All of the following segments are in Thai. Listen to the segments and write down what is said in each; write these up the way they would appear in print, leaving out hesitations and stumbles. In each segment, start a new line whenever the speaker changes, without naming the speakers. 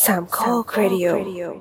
สามข้อครดิโอ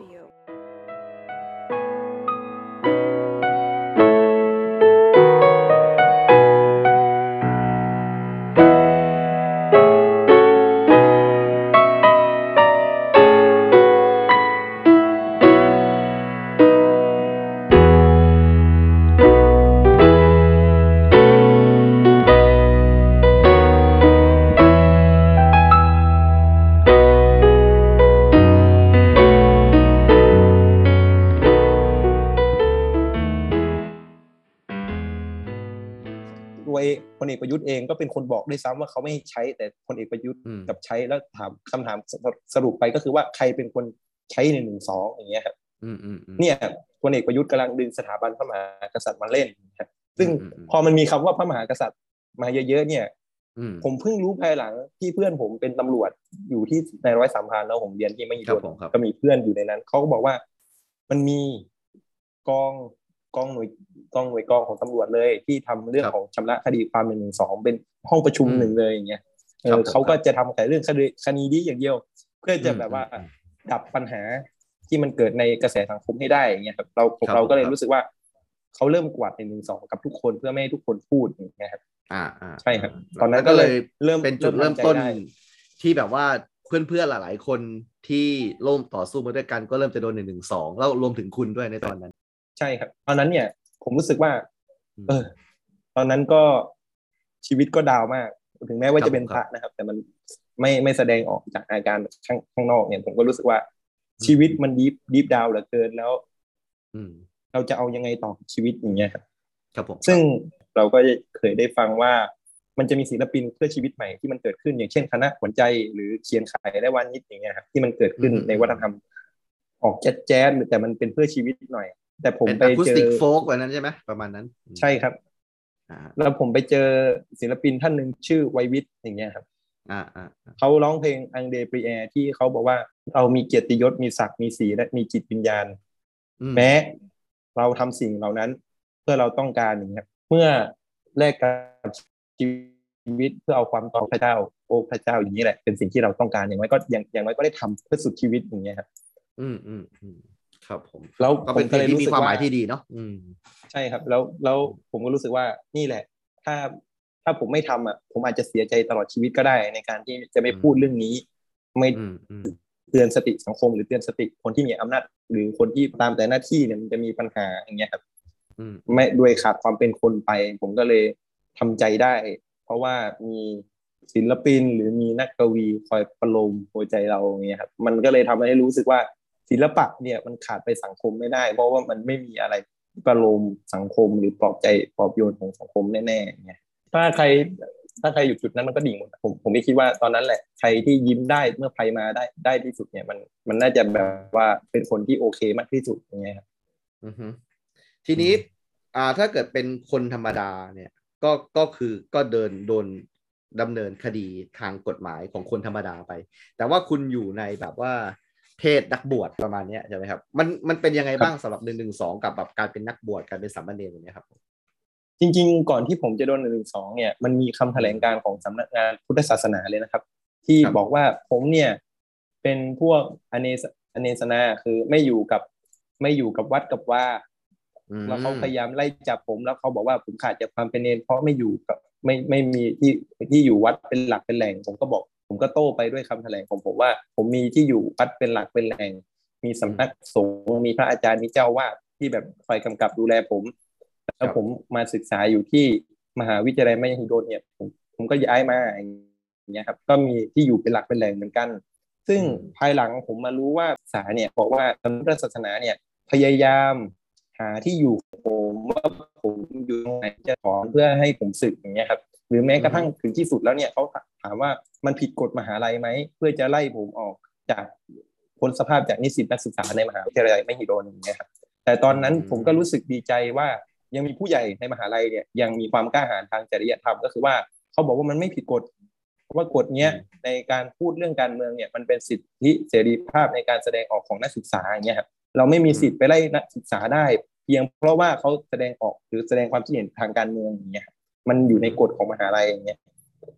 พลเอกประยุทธ์เองก็เป็นคนบอกด้วยซ้ำว่าเขาไม่ใช้แต่พลเอกประยุทธ์กับใช้แล้วถามคำถามสรุปไปก็คือว่าใครเป็นคนใช้112อย่างเงี้ยครับเนี่ยพลเอกประยุทธ์กำลังดึงสถาบันพระมหากษัตริย์มาเล่นครับซึ่งพอมันมีคำว่าพระมหากษัตริย์มาเยอะๆเนี่ยผมเพิ่งรู้ภายหลังที่เพื่อนผมเป็นตำรวจอยู่ที่ในร้อยสามพันแล้วผมเรียนที่มหิดลก็มีเพื่อนอยู่ในนั้นเขาก็บอกว่ามันมีกองหน่วยกองของตำรวจเลยที่ทำเรื่องของชำระคดีความ112เป็นห้องประชุมหนึ่งเลยอย่างเงี้ยเขาก็จะทำแต่เรื่องคดีนี้อย่างเดียวเพื่อจะแบบว่าดับปัญหาที่มันเกิดในกระแสสังคมให้ได้อย่างเงี้ยครับเราก็เลยรู้สึกว่าเขาเริ่มกวาด112กับทุกคนเพื่อไม่ให้ทุกคนพูดอย่างเงี้ยครับใช่ครับตอนนั้นก็เลย
เป็นจุดเริ่มต้นที่แบบว่าเพื่อนๆหลายๆคนที่ร่วมต่อสู้มาด้วยกันก็เริ่มจะโดน112แล้วรวมถึงคุณด้วยในตอนนั้น
ใช่ครับตอนนั้นเนี่ยผมรู้สึกว่าตอนนั้นก็ชีวิตก็ดาวมากถึงแม้ว่าจะเป็นพระนะครับแต่มันไม่แสดงออกจากอาการข้างนอกเนี่ยผมก็รู้สึกว่าชีวิตมันดีฟดาวเหลือเกินแล้วเราจะเอายังไงต่อชีวิตอย่างเงี้ยครับผมซึ่งเราก็เคยได้ฟังว่ามันจะมีศิลปินเพื่อชีวิตใหม่ที่มันเกิดขึ้นอย่างเช่นคณะขวัญใจหรือเขียนขายและวานิชอย่างเงี้ยครับที่มันเกิดขึ้นในวัฒนธรรมออกแจ๊สแต่มันเป็นเพื่อชีวิตหน่อยแต่ผมไปเจอ
อะคูสติกโฟล์กแบบนั้นใช่ไหมประมาณนั้น
ใช่ครับแล้วผมไปเจอศิลปินท่านหนึ่งชื่อไววิทอย่างเงี้ยครับเขาร้องเพลงอังเดปรีแอร์ที่เขาบอกว่าเรามีเกียรติยศมีศักดิ์มีสีและมีจิตวิญญาณแม้เราทำสิ่งเหล่านั้นเพื่อเราต้องการอย่างเงี้ยเมื่อแลกกับชีวิตเพื่อเอาความต่อพระเจ้าโอ้พระเจ้าอย่างนี้แหละเป็นสิ่งที่เราต้องการอย่างน้อยก็อย่างน้อยก็ได้ทำเพื่อสุดชีวิตอย่างเงี้ยครับ
ครับผม
แล้ว
ก็เป็นเพลงที่มีความหมายที่ดีเนาะ
ใช่ครับแล้วผมก็รู้สึกว่านี่แหละถ้าผมไม่ทำผมอาจจะเสียใจตลอดชีวิตก็ได้ในการที่จะไม่พูดเรื่องนี้ไม่เตือนสติสังคมหรือเตือนสติคนที่มีอำนาจหรือคนที่ตามแต่หน้าที่เนี่ยมันจะมีปัญหาอย่างเงี้ยครับไม่ด้วยขาดความเป็นคนไปผมก็เลยทำใจได้เพราะว่ามีศิลปินหรือมีนักกวีคอยประโลมหัวใจเราอย่างเงี้ยครับมันก็เลยทำให้รู้สึกว่าศิลปะเนี่ยมันขาดไปสังคมไม่ได้เพราะว่ามันไม่มีอะไรประโลมสังคมหรือปลอบใจปลอบโยนของสังคมแน่ๆเนี่ยถ้าใครอยู่จุดนั้นมันก็ดิ่งหมดผมไม่คิดว่าตอนนั้นแหละใครที่ยิ้มได้เมื่อใครมาได้ที่สุดเนี่ยมันน่าจะแบบว่าเป็นคนที่โอเคมากที่สุดอย่างเงี้ยครับ
ทีนี้ถ้าเกิดเป็นคนธรรมดาเนี่ยก็คือก็โดนดำเนินคดีทางกฎหมายของคนธรรมดาไปแต่ว่าคุณอยู่ในแบบว่าเพศนักบวชประมาณนี้ใช่ไหมครับมันเป็นยังไงบ้างสำหรับ112กับแบบการเป็นนักบวชการเป็นสามเณรอย่างนี้ครับ
จริงๆก่อนที่ผมจะโดน112เนี่ยมันมีคำแถลงการของสำนักงานพุทธศาสนาเลยนะครับที่บอกว่าผมเนี่ยเป็นพวกอเนสนาคือไม่อยู่กับวัดกับว่าแล้วเขาพยายามไล่จับผมแล้วเขาบอกว่าผมขาดจากความเป็นเนรเพราะไม่อยู่กับไม่มีที่อยู่วัดเป็นหลักเป็นแหล่งผมก็โต้ไปด้วยคำแถลงของผมว่าผมมีที่อยู่วัดเป็นหลักเป็นแหล่งมีสำนักสงฆ์มีพระอาจารย์มีเจ้าวาดที่แบบคอยกำกับดูแลผมแล้วผมมาศึกษาอยู่ที่มหาวิทยาลัยมหิดลเนี่ยผมก็ย้ายมาอย่างเงี้ยครับก็มีที่อยู่เป็นหลักเป็นแหล่งเหมือนกันซึ่งภายหลังผมมารู้ว่าศาสนาเนี่ยบอกว่าพุทธศาสนาเนี่ยพยายามหาที่อยู่ผมว่าผมอยู่ตรงไหนจะถอนเพื่อให้ผมศึกอย่างเงี้ยครับหรือแม้กระทั่งถึงที่สุดแล้วเนี่ยเขาถามว่ามันผิดกฎมหาลัยไหมเพื่อจะไล่ผมออกจากพ้นสภาพจากนิสิตนักศึกษาในมหาวิทยาลัยมหิดลอย่างเงี้ยครับแต่ตอนนั้นผมก็รู้สึกดีใจว่ายังมีผู้ใหญ่ในมหาลัยเนี่ยยังมีความกล้าหาญทางจริยธรรมก็คือว่าเขาบอกว่ามันไม่ผิดกฎเพราะว่ากฎเนี้ยในการพูดเรื่องการเมืองเนี่ยมันเป็นสิทธิเสรีภาพในการแสดงออกของนักศึกษาอย่างเงี้ยครับเราไม่มีสิทธิ์ไปไล่นักศึกษาได้เพียงเพราะว่าเขาแสดงออกหรือแสดงความคิดเห็นทางการเมืองอย่างเงี้ยมันอยู่ในกฎของมหาลัยอย่างเงี้ย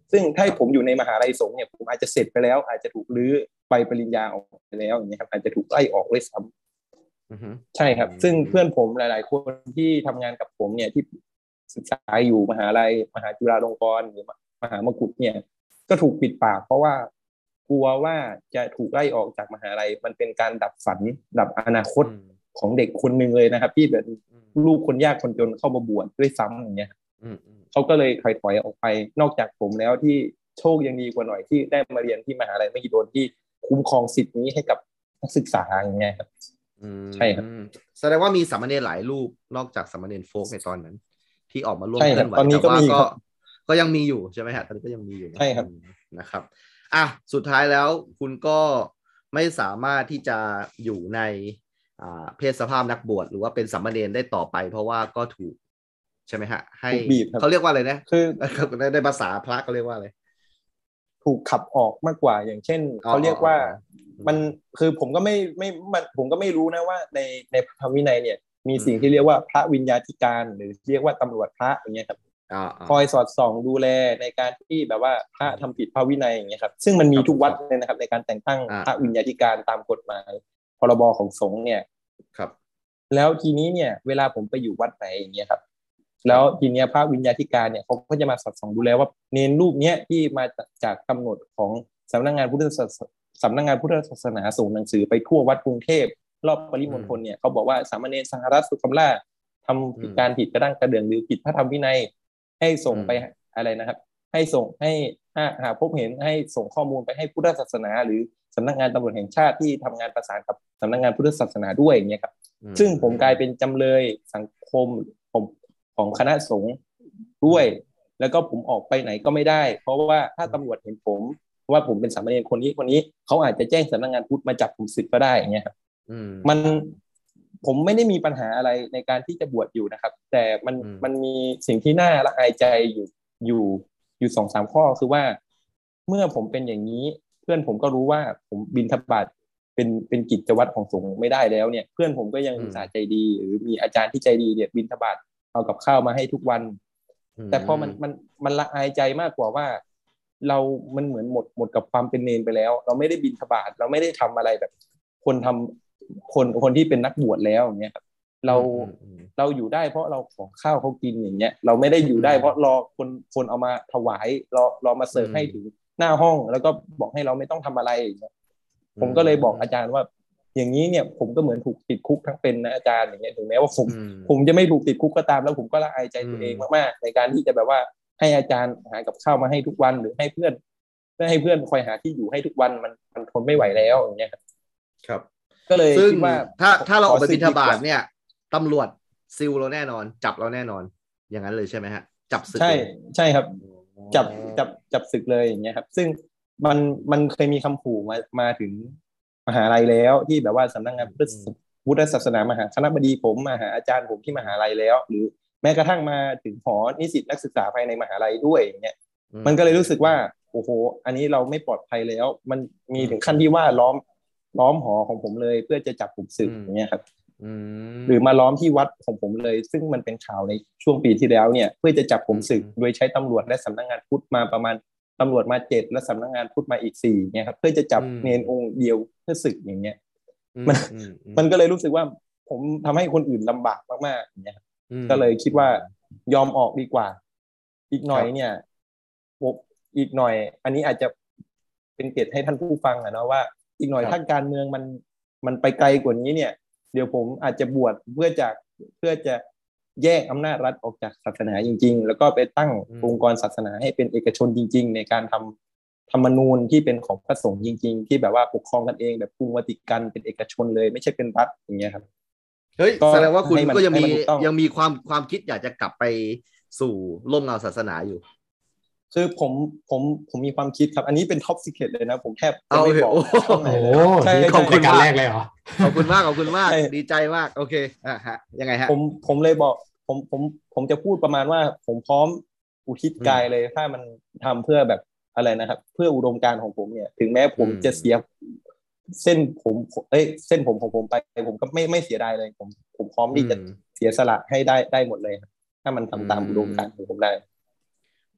ซึ่งถ้าผมอยู่ในมหาลัยสงฆ์เนี่ยผมอาจจะเสร็จไปแล้วอาจจะถูกรื้อใบปริญญาออกไปแล้วอย่างเงี้ยครับอาจจะถูกไล่ออกด้วยซ้ำใช่ครับซึ่งเพื่อนผมหลายๆคนที่ทำงานกับผมเนี่ยที่ศึกษาอยู่มหาลัยมหาจุฬาลงกรณ์หรือมหามกุฏเนี่ยก็ถูกปิดปากเพราะว่ากลัวว่าจะถูกไล่ออกจากมหาลัยมันเป็นการดับฝันดับอนาคตของเด็กคนหนึ่งเลยนะครับที่แบบลูกคนยากคนจนเข้ามาบวชด้วยซ้ำอย่างเงี้ยเขาก็เลยถอยออกไปนอกจากผมแล้วที่โชคยังดีกว่าหน่อยที่ได้มาเรียนที่มหาลัยมหิดลที่คุ้มครองสิทธิ์นี้ให้กับนักศึกษาอย่างเงี้ยครับใช่ครับ
แสดงว่ามีสามเณรหลายรูปนอกจากสามเณรโฟกในตอนนั้นที่ออกมาร่วมเคลื่อนไหวแต่ว่าก็ยังมีอยู่ใช่ไหมฮะตอนนี้ก็ยังมีอยู่
ใช่ครับ
นะครับอ่ะสุดท้ายแล้วคุณก็ไม่สามารถที่จะอยู่ในเพศสภาพนักบวชหรือว่าเป็นสามเณรได้ต่อไปเพราะว่าก็ถูกใช่ไหมฮะให้เขาเรียกว่าอะไรนะ
คือ
ในภาษาพระเขาเรียกว่าอะไร
ถูกขับออกมากกว่าอย่างเช่นเขาเรียกว่ามันคือผมก็ไม่รู้นะว่าในพระธรรมวินัยเนี่ยมีสิ่งที่เรียกว่าพระวิญญาธิการหรือเรียกว่าตำรวจพระอย่างเงี้ยครับคอยสอดส่องดูแลในการที่แบบว่าพระทำผิดพระวินัยอย่างเงี้ยครับซึ่งมันมีทุกวัดเลยนะครับในการแต่งตั้งพระวิญญาธิการตามกฎหมายพรบของสงฆ์เนี่ย
ครับ
แล้วทีนี้เนี่ยเวลาผมไปอยู่วัดไหนอย่างเงี้ยครับแล้วทีเนี้ยพระวิญญาธิการเนี่ยเขาก็จะมาสอดส่องดูแลว่าเนรรูปเนี้ยที่มาจากกำหนดของสำนักงานพุทธศาสนาส่งหนังสือไปทั่ววัดกรุงเทพรอบปริมณฑลเนี่ยเขาบอกว่าสามเณรสังฆรัตน์สุขำราชทำผิดการผิดกระด้างกระเดื่องหรือผิดพระธรรมวินัยให้ส่งไปอะไรนะครับให้ส่งให้หากพบเห็นให้ส่งข้อมูลไปให้พุทธศาสนาหรือสำนักงานตำรวจแห่งชาติที่ทำงานประสานกับสำนักงานพุทธศาสนาด้วยอย่างเงี้ยครับซึ่งผมกลายเป็นจำเลยสังคมของคณะสงฆ์ด้วยแล้วก็ผมออกไปไหนก็ไม่ได้เพราะว่าถ้าตำรวจเห็นผมว่าผมเป็นสามเณรคนนี้เขาอาจจะแจ้งสำนักงานพุทธมาจับผมศึกก็ได้อย่างเงี้ยครับผมไม่ได้มีปัญหาอะไรในการที่จะบวชอยู่นะครับแต่มันมีสิ่งที่น่าละอายใจอยู่2-3ข้อคือว่าเมื่อผมเป็นอย่างนี้เพื่อนผมก็รู้ว่าผมบิณฑบาตเป็นกิจวัตรของสงฆ์ไม่ได้แล้วเนี่ยเพื่อนผมก็ยังอุตส่าห์ใจดีหรือมีอาจารย์ที่ใจดีเนี่ยบิณฑบาตเอากับข้าวมาให้ทุกวันแต่พอมันละอายใจมากกว่าว่ามันเหมือนหมดกับความเป็นเนรไปแล้วเราไม่ได้บิณฑบาตเราไม่ได้ทำอะไรแบบคนที่เป็นนักบวชแล้วอย่างเงี้ยครับเราอยู่ได้เพราะเราขอข้าวเขากินอย่างเงี้ยเราไม่ได้อยู่ได้เพราะรอคนเอามาถวายรอมาเสิร์ฟให้ถึงหน้าห้องแล้วก็บอกให้เราไม่ต้องทำอะไรอย่างเงี้ยผมก็เลยบอกอาจารย์ว่าอย่างนี้เนี่ยผมก็เหมือนถูกติดคุกทั้งเป็นนะอาจารย์อย่างเงี้ยถึงแม้ว่าผมจะไม่ถูกติดคุกก็ตามแล้วผมก็ละอายใจตัวเองมากๆในการที่จะแบบว่าให้อาจารย์หากับข้าวมาให้ทุกวันหรือให้เพื่อนคอยหาที่อยู่ให้ทุกวันมันทนไม่ไหวแล้วอย่างเงี้ย
ครับ
ก็เลยคิดว่า
ถ้าเราออกไปบิณฑบาตเนี่ยตำรวจซิลเราแน่นอนจับเราแน่นอนอย่างนั้นเลยใช่ไหมฮะจับศึก
ใช่ครับจับศึกเลยอย่างเงี้ยครับซึ่งมันเคยมีคำขู่มาถึงมหาลัยแล้วที่แบบว่าสำนักงานพุทธศาสนามหาคณบดีผมมาหาอาจารย์ผมที่มหาลัยแล้วหรือแม้กระทั่งมาถึงหอนิสิตนักศึกษาภายในมหาลัยด้วยอย่างเงี้ยมันก็เลยรู้สึกว่าโอ้โหอันนี้เราไม่ปลอดภัยแล้วมันมีถึงขั้นที่ว่าล้อมหอของผมเลยเพื่อจะจับผมศึกอย่างเงี้ยครับหรือมาล้อมที่วัดของผมเลยซึ่งมันเป็นข่าวในช่วงปีที่แล้วเนี่ยเพื่อจะจับผมศึกโดยใช้ตำรวจและสำนักงานพุทธมาประมาณตำรวจมา7และสำนักงานพุทธมาอีก4เนี่ยครับเพื่อจะจับเนรองค์เดียวเพื่อศึกอย่างเงี้ยมันก็เลยรู้สึกว่าผมทำให้คนอื่นลำบากมากๆอย่างเงี้ยก็เลยคิดว่ายอมออกดีกว่าอีกหน่อยเนี่ยอีกหน่อยอันนี้อาจจะเป็นเกร็ดให้ท่านผู้ฟังนะว่าอีกหน่อยถ้าการเมืองมันไปไกลกว่านี้เนี่ยเดี๋ยวผมอาจจะบวชเพื่อจะแยกอำนาจรัฐออกจากศาสนาจริงๆแล้วก็ไปตั้งองค์กรศาสนาให้เป็นเอกชนจริงๆในการทำธรรมนูญที่เป็นของพระสงฆ์จริงๆที่แบบว่าปกครองกันเองแบบกรุงวัติกันเป็นเอกชนเลยไม่ใช่เป็นรัฐอย่างเงี้ยครับ
เฮ้ยแสดงว่าคุณก็ยังมีความคิดอยากจะกลับไปสู่ร่มเงาศาสนาอยู่
คือผมมีความคิดครับอันนี้เป็นท็อปซีเคร็ตเลยนะผมแทบจะไม่บอกช่องไหนเลย
ใช่ขอบคุณการแรกเลยเหรอ
ขอบคุณมากดีใจมากโอเคฮะยังไงฮะ
ผมเลยบอกผมจะพูดประมาณว่าผมพร้อมอุทิศกายเลยถ้ามันทำเพื่อแบบอะไรนะครับเพื่ออุดมการณ์ของผมเนี่ยถึงแม้ผมจะเสียเส้นผมของผมไปผมก็ไม่เสียดายเลยผมพร้อมที่จะเสียสละให้ได้หมดเลยถ้ามันทำตามอุดมการณ์ของผมได้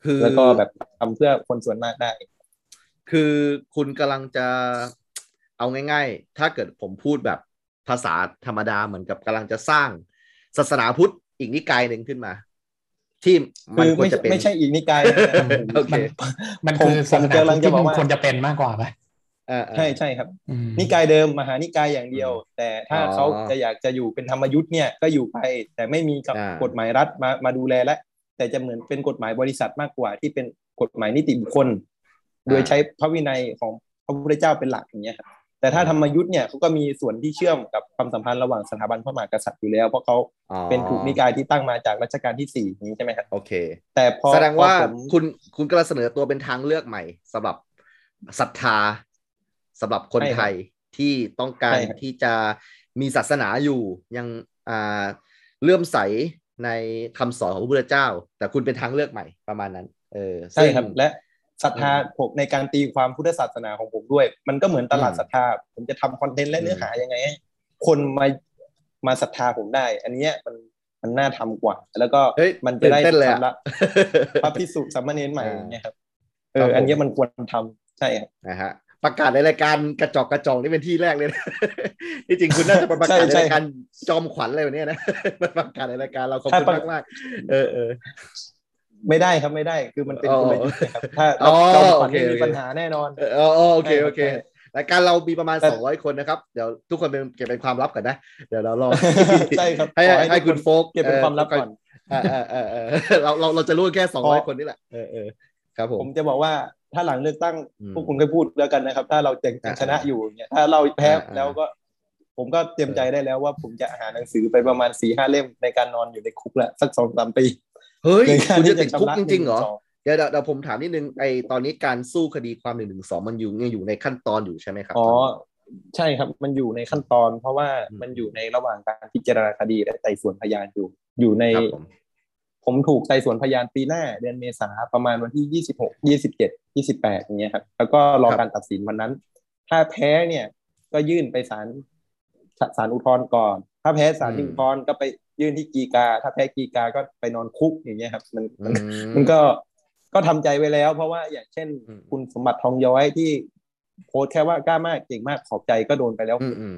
คือ
แล้วก็แบบทำเพื่อคนส่วนมากได้
คือคุณกำลังจะเอาง่ายๆถ้าเกิดผมพูดแบบภาษาธรรมดาเหมือนกับกำลังจะสร้างศาสนาพุทธอีกนิกายหนึ่งขึ้นมาที่มันควรจะเป็น
ไม่ใช่อีกนิกายนึงนะ
โอเค
มันคือศาสนาพุทธที่มันควรจะเป็นมากกว่าไหม
ใช่ครับนิกายเดิมมหานิกายอย่างเดียวแต่ถ้าเขาจะอยากจะอยู่เป็นธรรมยุทธ์เนี่ยก็อยู่ไปแต่ไม่มีกฎหมายรัฐมาดูแลและแต่จะเหมือนเป็นกฎหมายบริษัทมากกว่าที่เป็นกฎหมายนิติบุคคลโดยใช้พระวินัยของพระพุทธเจ้าเป็นหลักอย่างเงี้ยครับแต่ถ้าธรรมยุทธ์เนี่ยเขาก็มีส่วนที่เชื่อมกับความสัมพันธ์ระหว่างสถาบันพระมหากษัตริย์อยู่แล้วเพราะเขาเป็นถูกนิกายที่ตั้งมาจากรัชกาลที่4นี้ใช่ไหมครับ
โอเค
แต่พอ
แสดงว่าคุณกำลังเสนอตัวเป็นทางเลือกใหม่สำหรับศรัทธาสำหรับคนไทยที่ต้องการที่จะมีศาสนาอยู่ยังเลื่อมใสในคำสอนของพระพุทธเจ้าแต่คุณเป็นทางเลือกใหม่ประมาณนั้น
ใช่ครับและศรัทธาผมในการตีความพุทธศาสนาของผมด้วยมันก็เหมือนตลาดศรัทธาผมจะทำคอนเทนต์และเนื้อหายังไงให้คนมาศรัทธาผมได้อันนี้มันน่าทำกว่าแล้วก็มันจะได้ชำระพระภิกษุสามเณรใหม่อย่างเงี้ยครับอันนี้มันควรทำใช่ครับ
นะฮะประกาศในรายการกระจอกนี่เป็นที่แรกเลยนะที่จริงคุณน่าจะประกาศในรายการจอมขวัญอะไรแบบนี้นะประกาศในรายการเราขอบคุณมาก
ไม่ได้ครับไม่ได้คือมันเป็นกลยุทธ์ครับถ้าจอมขวัญมีปัญหาแน่นอน
โอเครายการเรามีประมาณ200คนนะครับเดี๋ยวทุกคนเก็บเป็นความลับก่อนนะเดี๋ยวเรารอ
ใช่ครับ
ให้คุณโฟก
เก็บเป็นความลับก่อน
เราจะรู้แค่200คนนี่แหละครับผม
จะบอกว่าถ้าหลังเลือกตั้งพวกคุณก็พูดแล้วกันนะครับถ้าเราจะชนะอยู่เนี่ยถ้าเราแพ้แล้วก็ผมก็เตรียมใจได้แล้วว่าผมจะหาหนังสือไปประมาณ 4-5 เล่มในการนอนอยู่ในคุกละสัก 2-3 ปี
เฮ้ยคุณจะติดคุกจริงๆเหรอเดี๋ยวผมถามนิดนึงตอนนี้การสู้คดีความ112มันยังอยู่ในขั้นตอนอยู่ใช่ไหมครับ
ใช่ครับมันอยู่ในขั้นตอนเพราะว่ามันอยู่ในระหว่างการพิจารณาคดีและไต่สวนพยานอยู่ในผมถูกไต่สวนพยานปีหน้าเดือนเมษาประมาณวันที่26 27 28อย่างเงี้ยครับแล้วก็รอการตัดสินวันนั้นถ้าแพ้เนี่ยก็ยื่นไปศาลอุทธรณ์ก่อนถ้าแพ้ศาลอุทธรณ์ก็ไปยื่นที่ฎีกาถ้าแพ้ฎีกาก็ไปนอนคุกอย่างเงี้ยครับมันก็ทำใจไว้แล้วเพราะว่าอย่างเช่นคุณสมบัติทองย้อยที่โพสแค่ว่ากล้ามากเก่งมากขอบใจก็โดนไปแล้ว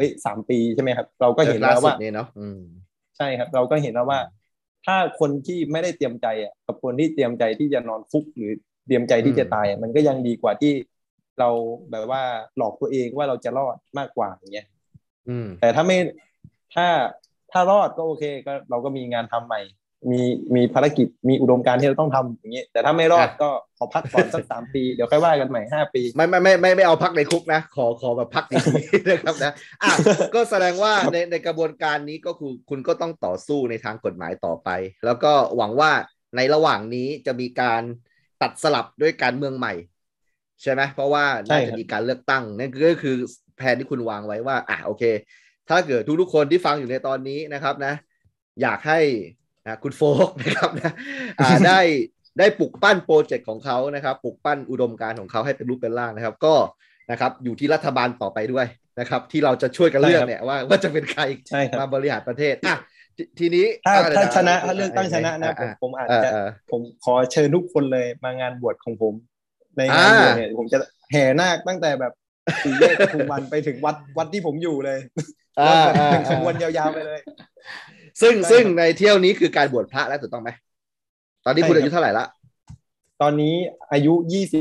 3 ปีใช่ไหมครับเราก็เห็นแล้วว่าใช่ครับเราก็เห็นแล้วว่าถ้าคนที่ไม่ได้เตรียมใจกับคนที่เตรียมใจที่จะนอนคุกหรือเตรียมใจที่จะตายมันก็ยังดีกว่าที่เราแบบว่าหลอกตัวเองว่าเราจะรอดมากกว่าอย่างเงี้ยแต่ถ้ารอดก็โอเคก็เราก็มีงานทำใหม่มีภารกิจมีอุดมการณ์ที่เราต้องทำอย่างเงี้ยแต่ถ้าไม่รอดก็ขอพักก่อนสัก3 ปีเดี๋ยวค่อยว่ากันใหม่5 ปี
ไม่เอาพักในคุกนะขอแบบพักดีๆนะครับนะก็แสดงว่าในกระบวนการนี้ก็คือคุณก็ต้องต่อสู้ในทางกฎหมายต่อไปแล้วก็หวังว่าในระหว่างนี้จะมีการตัดสลับด้วยการเมืองใหม่ใช่ไหมเพราะว่าน่าจะมีการเลือกตั้งนั่นก็คือแผนที่คุณวางไว้ว่าโอเคถ้าเกิดทุกคนที่ฟังอยู่ในตอนนี้นะครับนะอยากให้คุณโฟกนะครับนะได้ปลุกปั้นโปรเจกต์ของเขานะครับปลุกปั้นอุดมการณ์ของเขาให้เป็นรูปเป็นร่างนะครับก็นะครับอยู่ที่รัฐบาลต่อไปด้วยนะครับที่เราจะช่วยกันเลือกเนี่ยว่าจะเป็นใครมาบริหารประเทศทีนี้
ถ้าชนะถ้าเลือกตั้งชนะนะผมอาจจะผมขอเชิญทุกคนเลยมางานบวชของผมในงานบวชเนี่ยผมจะแห่นาคตั้งแต่แบบ4 แยกปทุมวันไปถึงวัดที่ผมอยู่เลยเป็นขบวนยาวๆไปเลย
ซึ่งในเที่ยวนี้คือการบวชพระแล้วถูกต้องไหมตอนนี้คุณอายุเท่าไหร่ละ
ตอนนี้อายุ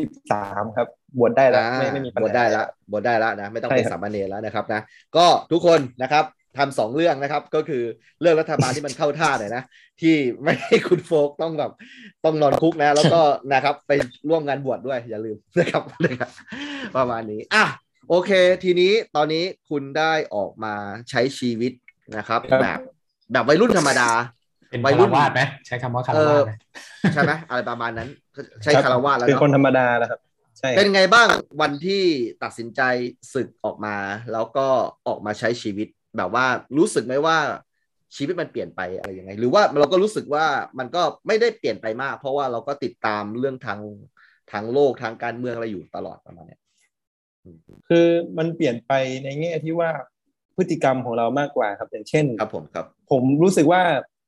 23ครับบวชได้แล้วไม่มีปัญหาบวชได้
แล้วนะไม่ต้องเป็นสามเณรแล้วนะครับนะก็ทุกคนนะครับทำ2 เรื่องนะครับก็คือเรื่องรัฐบาลที่มันเข้าท่าหน่อยนะที่ไม่ให้คุณโฟกต้องนอนคุกนะแล้วก็นะครับไปร่วมงานบวชด้วยอย่าลืมนะครับประมาณนี้โอเคทีนี้ตอนนี้คุณได้ออกมาใช้ชีวิตนะครับแบบวัยรุ่นธรรมดา
เป็นวัยรุ่นวาดไหมใช้คำว่าคารวาส
ใช่ไหมอะไรประมาณนั้นใช้คารวาสแล้ว
เป็นคนธรรมดาแล้วครับใช่
เป็นไงบ้างวันที่ตัดสินใจสึกออกมาแล้วก็ออกมาใช้ชีวิตแบบว่ารู้สึกไหมว่าชีวิตมันเปลี่ยนไปอะไรยังไงหรือว่าเราก็รู้สึกว่ามันก็ไม่ได้เปลี่ยนไปมากเพราะว่าเราก็ติดตามเรื่องทางโลกทางการเมืองอะไรอยู่ตลอดประมาณนี้
คือมันเปลี่ยนไปในแง่ที่ว่าพฤติกรรมของเรามากกว่าครับอย่างเช่น
ครับผม
ผมรู้สึกว่า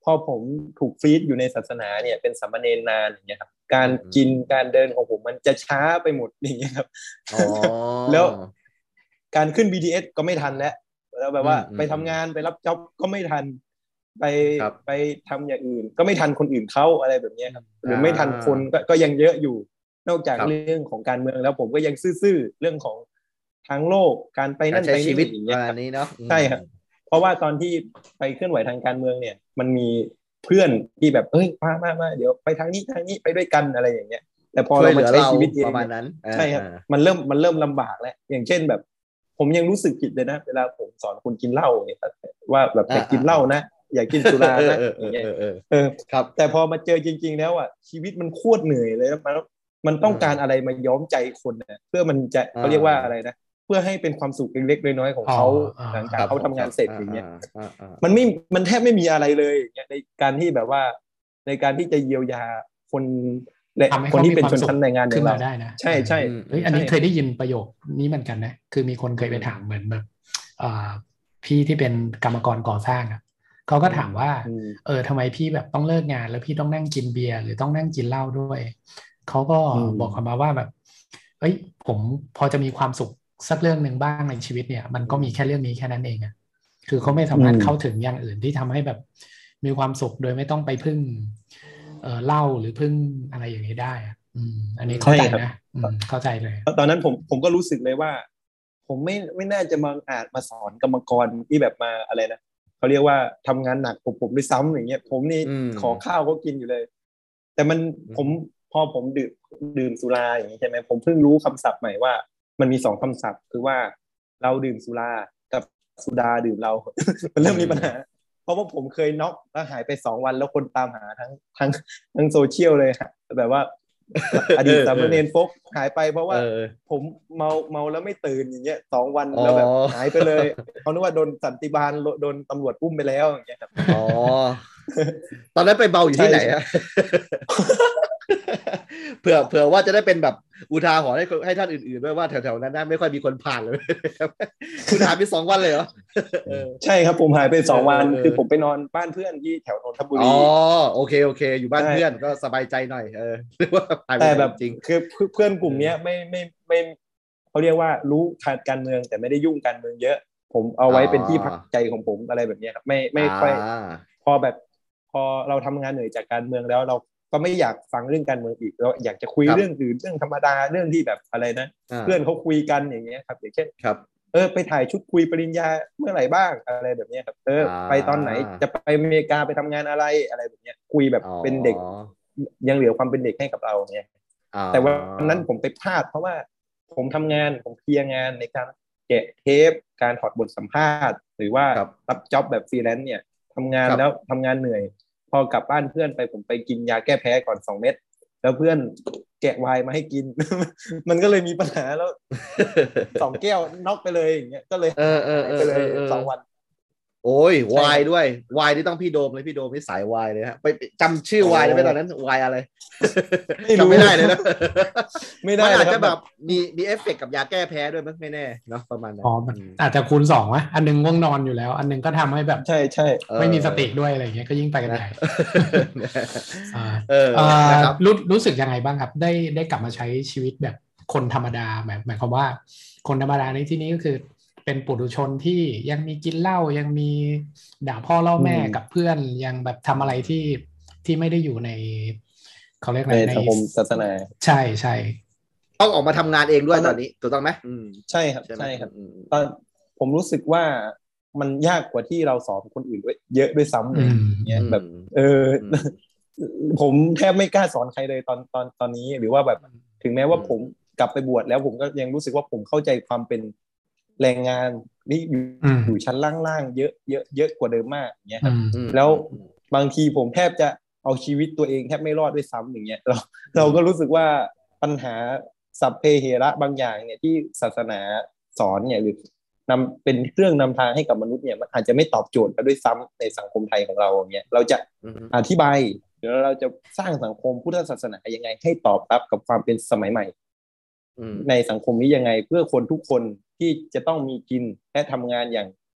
พอผมถูกฟีดอยู่ในศาสนาเนี่ยเป็นสามเณรนานอย่างเงี้ยครับการกินการเดินของผมมันจะช้าไปหมดอย่างเงี้ยครับแล้วการขึ้น BTS ก็ไม่ทันแล้วแบบว่าไปทำงานไปรับจ็อบก็ไม่ทันไปทำอย่างอื่นก็ไม่ทันคนอื่นเขาอะไรแบบนี้ครับหรือไม่ทันคนก็ยังเยอะอยู่นอกจากเรื่องของการเมืองแล้วผมก็ยังซื่อๆเรื่องของทางโลกการไปนั่นไปนี่อย่างเงี้ยครับใช่ครับเพราะว่าตอนที่ไปเคลื่อนไหวทางการเมืองเนี่ยมันมีเพื่อนที่แบบเอ้ยมาเดี๋ยวไปทางนี้ไปด้วยกันอะไรอย่างเงี้ยแต่พอเรามาใช้ชีวิตเอง
ประมาณนั้น
ใช่ครับมันเริ่มลำบากแล้วอย่างเช่นแบบผมยังรู้สึกผิดเลยนะเวลาผมสอนคุณกินเหล้าเนี่ยว่าแบบอย่ากินเหล้านะอย่ากินสุรานะอย่างเงี้ย
ครับ
แต่พอมาเจอจริงๆแล้วอ่ะชีวิตมันโคตรเหนื่อยเลยมันต้องการอะไรมาย้อมใจคนนะเพื่อมันจะเขาเรียกว่าอะไรนะเพื่อให้เป็นความสุขเล็กๆน้อยๆของเขาหลังจากเขาทำงานเสร็จอย่างเงี้ยมันแทบไม่มีอะไรเลยอย่างเงี้ยในการที่แบบว่าในการที่จะเยียวยาคนและคนที่เป็นชนชั้นแรงงาน
ขึ้นมาได้นะ
ใช่
อันนี้เคยได้ยินประโยคนี้เหมือนกันนะคือมีคนเคยไปถามเหมือนแบบพี่ที่เป็นกรรมกรก่อสร้างอ่ะเขาก็ถามว่าทำไมพี่แบบต้องเลิกงานแล้วพี่ต้องนั่งกินเบียร์หรือต้องนั่งกินเหล้าด้วยเขาก็บอกกลับมาว่าแบบผมพอจะมีความสุขสักเรื่องหนึ่งบ้างในชีวิตเนี่ยมันก็มีแค่เรื่องนี้แค่นั้นเองอ่ะคือเขาไม่สามารถเข้าถึงอย่างอื่นที่ทำให้แบบมีความสุขโดยไม่ต้องไปพึ่งเหล้าหรือพึ่งอะไรอย่างนี้ได้อันนี้เข้าใจนะเข้าใจเลย
ตอนนั้นผมก็รู้สึกเลยว่าผมไม่น่าจะมาสอนกรรมกรที่แบบมาอะไรนะเขาเรียกว่าทำงานหนักผมด้วยซ้ำอย่างเงี้ยผมนี่ขอข้าวก็กินอยู่เลยแต่พอผมดื่มสุราอย่างนี้ใช่ไหมผมเพิ่งรู้คำศัพท์ใหม่ว่ามันมี2คำศัพท์คือว่าเราดื่มสุรากับสุดาดื่มเรา มันเริ่มมีปัญหาเพราะว่าผมเคยน็อกแล้วหายไป2 วันแล้วคนตามหาทั้งโซเชียลเลยแบบว่าอดีตสามเณรฟกหายไปเพราะว่าผมเมาแล้วไม่ตื่นอย่างเงี้ย2 วันแล้วแบบหายไปเลยเขาคิดว่าโดนสันติบาลโดนตำรวจอุ้มไปแล้วอย่างเงี้ยครับ
ตอนนั้นไปเบาอยู่ที่ไหนฮะเผื่อว่าจะได้เป็นแบบอุทาหรณ์ให้ท่านอื่นๆด้วยว่าแถวๆนั้นไม่ค่อยมีคนผ่านเลยคุณหายไป2 วันเลยเหรอ
ใช่ครับผมหายไป2 วันคือผมไปนอนบ้านเพื่อนที่แถวนนทบุรี
โอเคอยู่บ้านเพื่อนก็สบายใจหน่อย
แต่แบบจริงคือเพื่อนกลุ่มนี้ไม่เขาเรียกว่ารู้การเมืองแต่ไม่ได้ยุ่งการเมืองเยอะผมเอาไว้เป็นที่พักใจของผมอะไรแบบนี้ครับไม่ค่อยพอเราทำงานเหนื่อยจากการเมืองแล้วเราก็ไม่อยากฟังเรื่องการเมืองอีกเราอยากจะคุยเรื่องอื่นเรื่องธรรมดาเรื่องที่แบบอะไรนะเพื่อนเขาคุยกันอย่างเงี้ยครับอย่างเช่นไปถ่ายชุดคุยปริญญาเมื่อไหร่บ้างอะไรแบบนี้ครับไปตอนไหนจะไปอเมริกาไปทำงานอะไรแบบนี้คุยแบบเป็นเด็กยังเหลือความเป็นเด็กให้กับเราเนี่ยแต่วันนั้นผมไปพลาดเพราะว่าผมทำงานผมเคลียร์งานในการแกะเทปการถอดบทสัมภาษณ์หรือว่ารับจ็อบแบบฟรีแลนซ์เนี่ยทำงานแล้วทำงานเหนื่อยพอกลับบ้านเพื่อนไปผมไปกินยาแก้แพ้ก่อน2 เม็ดแล้วเพื่อนแกะไวน์มาให้กิน มันก็เลยมีปัญหาแล้ว2 แก้วน็อกไปเลยอย่างเงี้ยก็เลยไปเลย2 วัน
โอ้ยวายด้วยวายที่ต้องพี่โดมเลยพี่โดมนี่สายวายเลยฮะไปจำชื่อวายได้ไหมตอนนั้นวายอะไรจำไม่ได้เลยนะ
ไม่ได้
อาจจะแบบมีเอฟเฟกต์กับยาแก้แพ้ด้วยมั้งไม่แน่เนาะประมาณนั้น
อาจจะคูณ2วะอันนึงง่วงนอนอยู่แล้วอันนึงก็ทำให้แบบ
ใช่
ไม่มีสติด้วยอะไรอย่างเงี้ยก็ยิ่งไปกันใหญ่รู้สึกยังไงบ้างครับได้กลับมาใช้ชีวิตแบบคนธรรมดาหมายความว่าคนธรรมดาในที่นี้ก็คือเป็นปุถุชนที่ยังมีกินเหล้ายังมีด่าพ่อเล่าแม่กับเพื่อนยังแบบทำอะไรที่ไม่ได้อยู่ในเขาเรียกอะไร
ในสังคมศาสนา
ใช่
ต้องออกมาทำงานเองด้วยตอนนี้ถูกต้องไหม
ใช่ครับใช่ครับตอนผมรู้สึกว่ามันยากกว่าที่เราสอนคนอื่นด้วยเยอะด้วยซ้ำอย่างเงี้ยแบบผมแทบไม่กล้าสอนใครเลยตอนนี้หรือว่าแบบถึงแม้ว่าผมกลับไปบวชแล้วผมก็ยังรู้สึกว่าผมเข้าใจความเป็นแรงงานนี่อยู่ชั้นล่างๆเยอะกว่าเดิมมากอย่างเงี้ยครับแล้วบางทีผมแทบจะเอาชีวิตตัวเองแทบไม่รอดด้วยซ้ำอย่างเงี้ยเราก็รู้สึกว่าปัญหาสัพเพเหระบางอย่างเนี่ยที่ศาสนาสอนเนี่ยหรือนำเป็นเครื่องนำทางให้กับมนุษย์เนี่ยมันอาจจะไม่ตอบโจทย์กันด้วยซ้ำในสังคมไทยของเราอย่างเงี้ยเราจะอธิบายหรือเราจะสร้างสังคมพุทธศาสนายังไงให้ตอบรับกับความเป็นสมัยใหม่ในสังคมนี้ยังไงเพื่อคนทุกคนที่จะต้องมีกินและทำงานอย่าง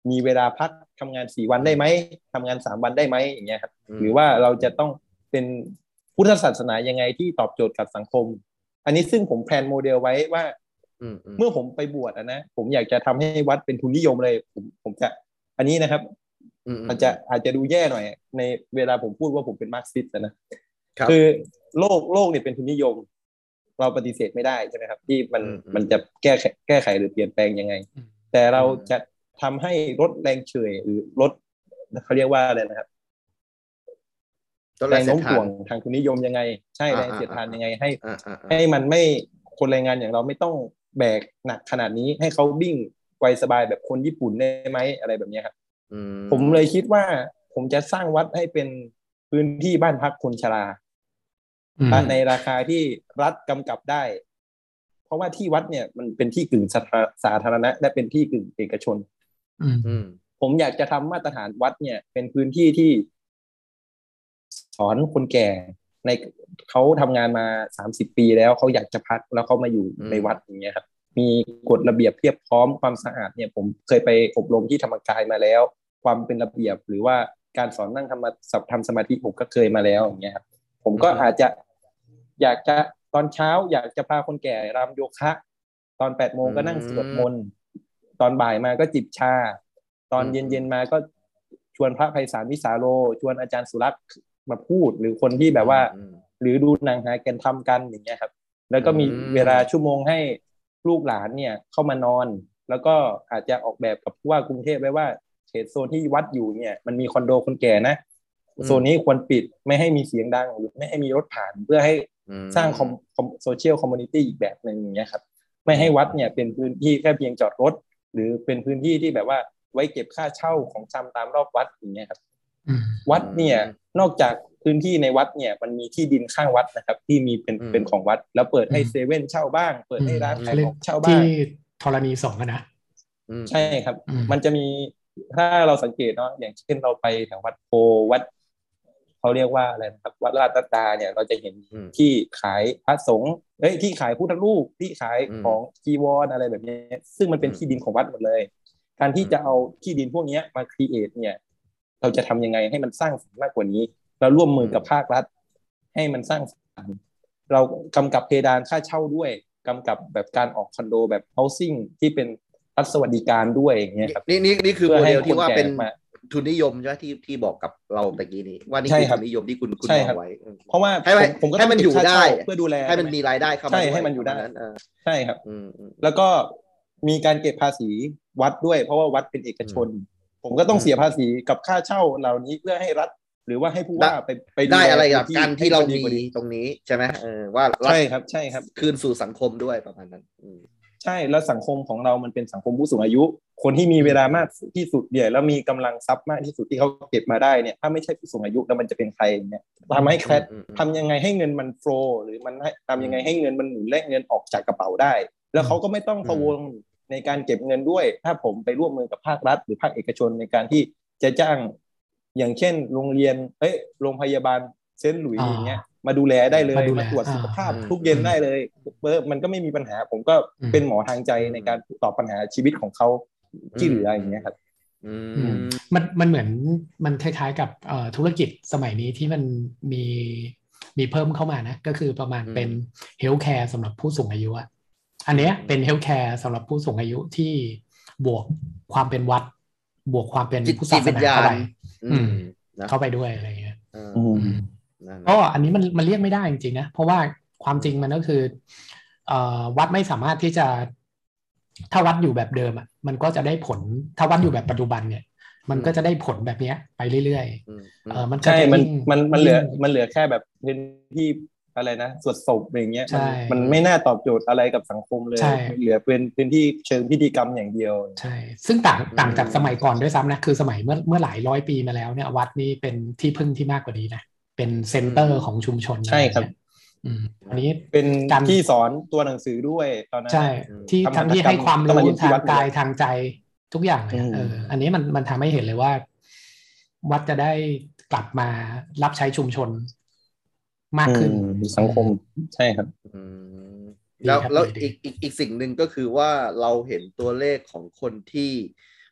มีเวลาพักทำงาน4 วันได้ไหมทำงาน3 วันได้ไหมอย่างเงี้ยครับหรือว่าเราจะต้องเป็นพุทธศาสนายังไงที่ตอบโจทย์กับสังคมอันนี้ซึ่งผมแพลนโมเดลไว้ว่าเมื่อผมไปบวชนะผมอยากจะทำให้วัดเป็นทุนนิยมเลยผมจะอันนี้นะครับอาจจะดูแย่หน่อยในเวลาผมพูดว่าผมเป็นมาร์กซิสต์นะคือโลกเนี่ยเป็นทุนนิยมเราปฏิเสธไม่ได้ใช่ไหมครับที่มันจะแก้ไขหรือเปลี่ยนแปลงยังไงแต่เราจะทำให้ลดแรงเฉื่อยหรือลดเขาเรียกว่าอะไรนะครับแรงโน้มถ่วงทางทุนนิยมยังไงใช่แรงเสียดทานยังไงให้มันไม่คนแรงงานอย่างเราไม่ต้องแบกหนักขนาดนี้ให้เขาวิ่งไวสบายแบบคนญี่ปุ่นได้ไหมอะไรแบบนี้ครับผมเลยคิดว่าผมจะสร้างวัดให้เป็นพื้นที่บ้านพักคนชราในราคาที่รัฐกำกับได้เพราะว่าที่วัดเนี่ยมันเป็นที่กึ่งสาธารณะและเป็นที่กึ่งเอกชนผมอยากจะทำมาตรฐานวัดเนี่ยเป็นพื้นที่ที่สอนคนแก่ในเขาทำงานมา30 ปีแล้วเขาอยากจะพักแล้วเขามาอยู่ในวัดอย่างเงี้ยครับมีกฎระเบียบเพียบพร้อมความสะอาดเนี่ยผมเคยไปอบรมที่ธรรมกายมาแล้วความเป็นระเบียบหรือว่าการสอนนั่งทำสมาธิผมก็เคยมาแล้วอย่างเงี้ยครับผมก็อาจจะอยากจะตอนเช้าอยากจะพาคนแก่รำโยคะตอน8 โมงก็นั่งสวดมนต์ตอนบ่ายมาก็จิบชาตอนเย็นมาก็ชวนพระไพศาลวิสาโรชวนอาจารย์สุรักษ์มาพูดหรือคนที่แบบว่าหรือดูหนังหาแกนทำกันอย่างเงี้ยครับแล้วก็มีเวลาชั่วโมงให้ลูกหลานเนี่ยเข้ามานอนแล้วก็อาจจะออกแบบกับผู้ว่ากรุงเทพไว้ว่าเขตโซนที่วัดอยู่เนี่ยมันมีคอนโดคนแก่นะโซนนี้ควรปิดไม่ให้มีเสียงดังหรือไม่ให้มีรถผ่านเพื่อให้สร้างโซเชียลคอมมูนิตี้อีกแบบนึงอย่างเงี้ยครับไม่ให้วัดเนี่ยเป็นพื้นที่แค่เพียงจอดรถหรือเป็นพื้นที่ที่แบบว่าไว้เก็บค่าเช่าของชำตามรอบวัดอย่างเงี้ยครับวัดเนี่ยนอกจากพื้นที่ในวัดเนี่ยมันมีที่ดินข้างวัดนะครับที่มีเป็นของวัดแล้วเปิดให้เซเว่นเช่าบ้างเปิดให้ร้านขายของเช่าบ้าง
ที่ธรณีสงฆ์นะ
ใช่ครับมันจะมีถ้าเราสังเกตเนาะอย่างเช่นเราไปแถววัดโพวัดเขาเรียกว่าอะไรนะครับวัดราชตาเนี่ยเราจะเห็นที่ขายพระสงฆ์ที่ขายพุทธรูปที่ขายของจีวรอะไรแบบนี้ซึ่งมันเป็นที่ดินของวัดหมดเลยการที่จะเอาที่ดินพวกนี้มาครีเอทเนี่ยเราจะทำยังไงให้มันสร้างสรรค์มากกว่านี้เราร่วมมือกับภาครัฐให้มันสร้างสรรค์เรากำกับเพดานค่าเช่าด้วยกำกับแบบการออกคอนโดแบบ housing ที่เป็นรัฐสวัสดิการด้วยอย่างเงี้ยครับ
นี่คือโมเดลที่ว่าเป็นทุนนิยมใช่ไหมที่บอกกับเราตะกี้นี้ว่านี่คือทุนนิยมที่คุณมองไว้
เพราะว่าผมก็
ให้มันอยู่ได้
เพื่อดูแล
ให้มันมีรายได้เข้ามา
ให้มันอยู่ได้ใช่ครับแล้วก็มีการเก็บภาษีวัดด้วยเพราะว่าวัดเป็นเอกชนผมก็ต้องเสียภาษีกับค่าเช่าเหล่านี้เพื่อให้รัฐหรือว่าให้ผู้ว่าไป
ได้อะไรกับการที่เรามีตรงนี้ใช่ไหมว่า
ใช่ครับ
คืนสู่สังคมด้วยประมาณนั้น
ใช่แล้วสังคมของเรามันเป็นสังคมผู้สูงอายุคนที่มีเวลามากที่สุดเนี่ยแล้วมีกำลังทรัพย์มากที่สุดที่เขาเก็บมาได้เนี่ยถ้าไม่ใช่ผู้สูงอายุแล้วมันจะเป็นใครเนี่ยทำให้แคลทำยังไงให้เงินมันโฟลว์หรือมันทำยังไงให้เงินมันหมุนและเงินออกจากกระเป๋าได้แล้วเขาก็ไม่ต้องพะวงในการเก็บเงินด้วยถ้าผมไปร่วมมือกับภาครัฐหรือภาคเอกชนในการที่จะจ้างอย่างเช่นโรงเรียนโรงพยาบาลเซนต์หลุยส์อย่างเงี้ยมาดูแลได้เลยมาตรวจสุขภาพทุกเย็นได้เลยมันก็ไม่มีปัญหาผมก็เป็นหมอทางใจในการตอบปัญหาชีวิตของเขาที่เหลืออย่างเงี้ยครับ
มันเหมือนมันคล้ายๆกับธุรกิจสมัยนี้ที่มันมีเพิ่มเข้ามานะก็คือประมาณเป็นเฮลท์แคร์สำหรับผู้สูงอายุอันเนี้ยเป็นเฮลท์แคร์สำหรับผู้สูงอายุที่บวกความเป็นวัดบวกความเป็นผู้ศาสนาเข้าไปเข้าไปด้วยอะไรเงี้ยก็อันนี้มันเรียกไม่ได้จริงๆนะเพราะว่าความจริงมันก็คือวัดไม่สามารถที่จะถ้าวัดอยู่แบบเดิมมันก็จะได้ผลถ้าวัดอยู่แบบปัจจุบันเนี่ยมันก็จะได้ผลแบบนี้ไปเรื่อยๆ
มันใช่มันเหลือแค่แบบพื้นที่อะไรนะสวดศพอย่างเงี้ยมันไม่น่าตอบโจทย์อะไรกับสังคมเลยเหลือเป็นพื้นที่เชิงพิธีกรรมอย่างเดียว
ใช่ซึ่งต่างจากสมัยก่อนด้วยซ้ำนะคือสมัยเมื่อหลายร้อยปีมาแล้วเนี่ยวัดนี่เป็นที่พึ่งที่มากกว่านี้นะเป็นเซ็นเตอร์ของชุมชน
ใช่ครับ
อันนี้
เป็นที่สอนตัวหนังสือด้วยตอนนั้น
ใช่ที่ทั้งที่ให้ความรู้ทางกายทางใจทุกอย่างอันนี้มันทำให้เห็นเลยว่าวัดจะได้กลับมารับใช้ชุมชนมากขึ้น
สังคมใช่ครับ
แล้วอีกสิ่งหนึ่งก็คือว่าเราเห็นตัวเลขของคนที่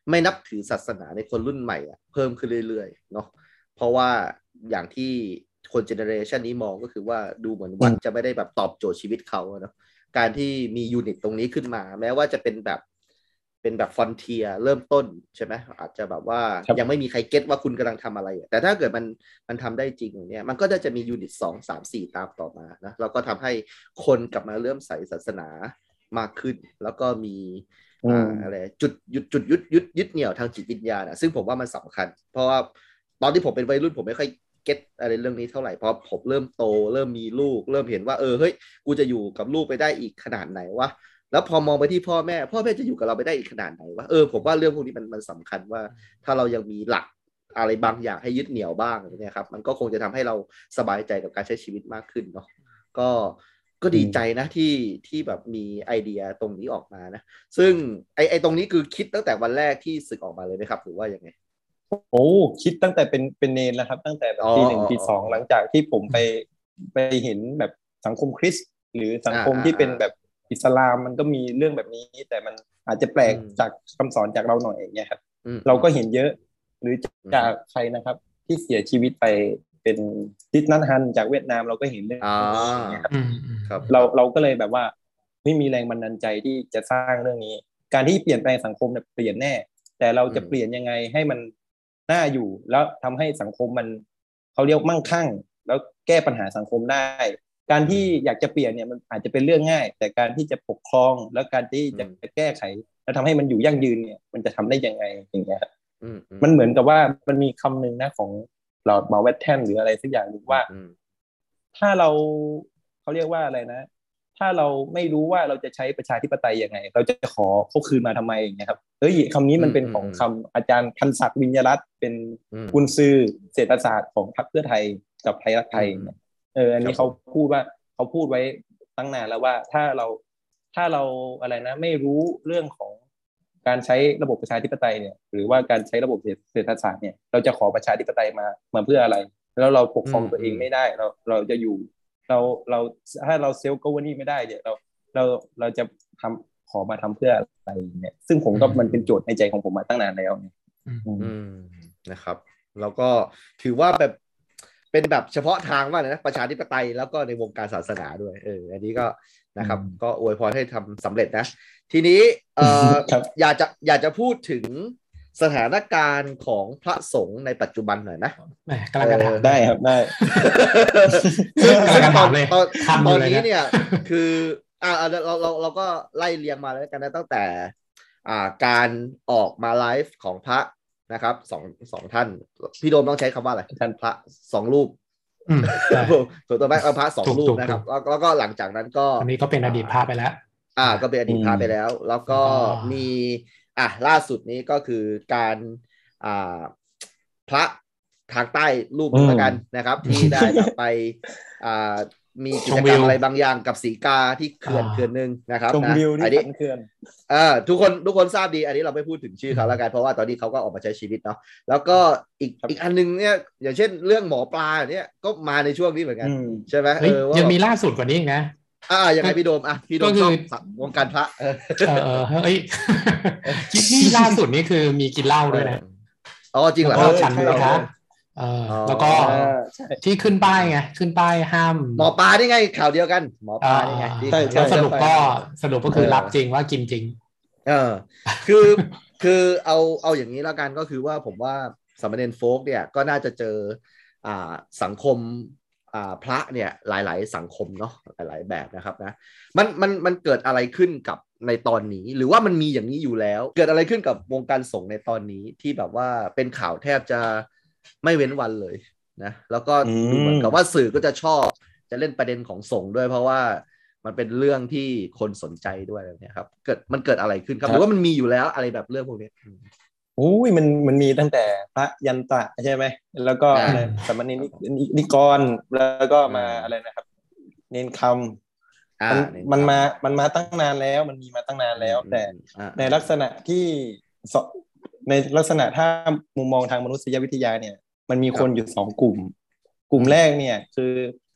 ไม่นับถือศาสนาในคนรุ่นใหม่เพิ่มขึ้นเรื่อยๆเนาะเพราะว่าอย่างที่คนเจเนอเรชันนี้มองก็คือว่าดูเหมือนวัดจะไม่ได้แบบตอบโจทย์ชีวิตเขาเนาะการที่มียูนิตตรงนี้ขึ้นมาแม้ว่าจะเป็นแบบฟอนเทียเริ่มต้นใช่ไหมอาจจะแบบว่ายังไม่มีใครเก็ตว่าคุณกำลังทำอะไรแต่ถ้าเกิดมันทำได้จริงเนี่ยมันก็จะมียูนิต2 3 4ตามต่อมานะแล้วก็ทำให้คนกลับมาเริ่มใส่ศาสนามากขึ้นแล้วก็มีอะไรจุดยึดเหนี่ยวทางจิตวิญญาณซึ่งผมว่ามันสำคัญเพราะว่าตอนที่ผมเป็นวัยรุ่นผมไม่ค่อยเก็ตอะไรเรื่องนี้เท่าไหร่เพราะผมเริ่มโตเริ่มมีลูกเริ่มเห็นว่าเฮ้ยกูจะอยู่กับลูกไปได้อีกขนาดไหนวะแล้วพอมองไปที่พ่อแม่จะอยู่กับเราไปได้อีกขนาดไหนวะผมว่าเรื่องพวกนี้มันสำคัญว่าถ้าเรายังมีหลักอะไรบางอย่างให้ยึดเหนี่ยวบ้างเนี่ยครับมันก็คงจะทำให้เราสบายใจกับการใช้ชีวิตมากขึ้นเนาะก็ดีใจนะที่แบบมีไอเดียตรงนี้ออกมานะซึ่งไอตรงนี้คือคิดตั้งแต่วันแรกที่ศึกออกมาเลยไหมครับหรือว่ายังไง
คิดตั้งแต่เป็นเนรแล้วครับตั้งแต่ปี 1 ปี 2หลังจากที่ผมไปเห็นแบบสังคมคริสต์หรือสังคมที่เป็นแบบอิสลามมันก็มีเรื่องแบบนี้แต่มันอาจจะแปลกจากคำสอนจากเราหน่อยอย่างเงี้ยครับเราก็เห็นเยอะหรือจากใครนะครับที่เสียชีวิตไปเป็นทิศนัทฮันจากเวียดนามเราก็เห็นเรื่องนี้อย่างเงี้ยครับเราก็เลยแบบว่าไม่มีแรงบันดาลใจที่จะสร้างเรื่องนี้การที่เปลี่ยนแปลงสังคมเนี่ยเปลี่ยนแน่แต่เราจะเปลี่ยนยังไงให้มันน่าอยู่แล้วทำให้สังคมมันเขาเรียกมั่งคั่งแล้วแก้ปัญหาสังคมได้การที่อยากจะเปลี่ยนเนี่ยมันอาจจะเป็นเรื่องง่ายแต่การที่จะปกครองแล้วการที่จะแก้ไขแล้วทำให้มันอยู่ยั่งยืนเนี่ยมันจะทำได้ยังไงอย่างเงี้ยมันเหมือนกับว่ามันมีคำหนึ่งนะของลอร์ดมาเวทแทนหรืออะไรสักอย่างหนึ่งว่าถ้าเขาเรียกว่าอะไรนะถ้าเราไม่รู้ว่าเราจะใช้ประชาธิปไตยยังไงเราจะขอเขาคืนมาทำไมอย่างเงี้ยครับคำนี้มันเป็นของคำอาจารย์พันศักดิ์วิญญารัตน์เป็นกุญซือเศรษฐศาสตร์ของพรรคเพื่อไทยกับไทยรักไทยอันนี้เขาพูดไว้ตั้งนานแล้วว่าถ้าเราอะไรนะไม่รู้เรื่องของการใช้ระบบประชาธิปไตยเนี่ยหรือว่าการใช้ระบบเศรษฐศาสตร์เนี่ยเราจะขอประชาธิปไตยมาเพื่ออะไรแล้วเราปกครองตัวเองไม่ได้เราจะอยู่เราถ้าเราเซลฟ์ก็วันนี้ไม่ได้เนี่ยเราจะขอมาทำเพื่ออะไรเนี่ยซึ่งผมก็มันเป็นโจทย์ในใจของผมมาตั้งนานแล้วเนี่ย
นะครับแล้วก็ถือว่าแบบเป็นแบบเฉพาะทางมากเลยนะประชาธิปไตยแล้วก็ในวงการศาสนาด้วยอันนี้ก็นะครับก็อวยพรให้ทำสำเร็จนะทีนี้อยากจะพูดถึงสถานการณ์ของพระสงฆ์ในปัจจุบันหน่อยนะ
กำลังจะถาม
ได้ครับได้
ซึ่งตอนนี้เนี่ยคือเราก็ไล่เรียงมาแล้วกันนะตั้งแต่การออกมาไลฟ์ของพระนะครับสองท่านพี่โดมต้องใช้คำว่าอะไรท่านพระ2 รูปส่วนตัวแม่พระ2 รูปนะครับแล้วก็หลังจากนั้นก็
อันนี้ก็เป็นอดีตพระไปแล้ว
ก็เป็นอดีตพระไปแล้วแล้วก็มีล่าสุดนี้ก็คือการพระทางใต้รูปนึงแล้วกันนะครับที่ได้ไปมีกิจกรรมอะไรบางอย่างกับสีกาที่เขื่อนนึงนะครับ
นะ
อันนี้
เขื่อน
ทุกคนทราบดีอันนี้เราไม่พูดถึงชื่อเขาแล้วกันเพราะว่าตอนนี้เขาก็ออกมาใช้ชีวิตเนาะแล้วก็อีกอันนึงเนี่ยอย่างเช่นเรื่องหมอปลาเนี่ยก็มาในช่วงนี้เหมือนกันใช่ไหม
ยังมีล่าสุดกว่านี้นะ
ยังไงพี่โดมพี่โดมชอบวงการพระ
นี่ล่าสุดนี่คือมีกินเหล้าด้วยนะ
จริงเหรอ
ฉันหมูกระทะแล้วก็ที่ขึ้นป้ายไงขึ้นป้ายห้าม
หมอปลาได้ไงข่าวเดียวกันหมอปลาได้ไง
แล้วสรุปก็คือรับจริงว่ากินจริง
คือเอาอย่างนี้แล้วกันก็คือว่าผมว่าสามเณรโฟกเนี่ยก็น่าจะเจอสังคมพระเนี่ยหลายๆสังคมเนาะหลายๆแบบนะครับนะมันเกิดอะไรขึ้นกับในตอนนี้หรือว่ามันมีอย่างนี้อยู่แล้วเกิดอะไรขึ้นกับวงการสงฆ์ในตอนนี้ที่แบบว่าเป็นข่าวแทบจะไม่เว้นวันเลยนะแล้วก็ดูเหมือนกับว่าสื่อก็จะชอบจะเล่นประเด็นของสงฆ์ด้วยเพราะว่ามันเป็นเรื่องที่คนสนใจด้วยเนี่ยครับมันเกิดอะไรขึ้นครับหรือว่ามันมีอยู่แล้วอะไรแบบเรื่องพวกนี้
มันมีตั้งแต่พระยันตะใช่ไหมแล้วก็สามเณรนิกรแล้วก็มาอะไรนะครับเนนคำมันมาตั้งนานแล้วมันมีมาตั้งนานแล้วแต่ในลักษณะที่ในลักษณะถ้ามุมมองทางมนุษยวิทยาเนี่ยมันมีคนอยู่2 กลุ่มแรกเนี่ยคือ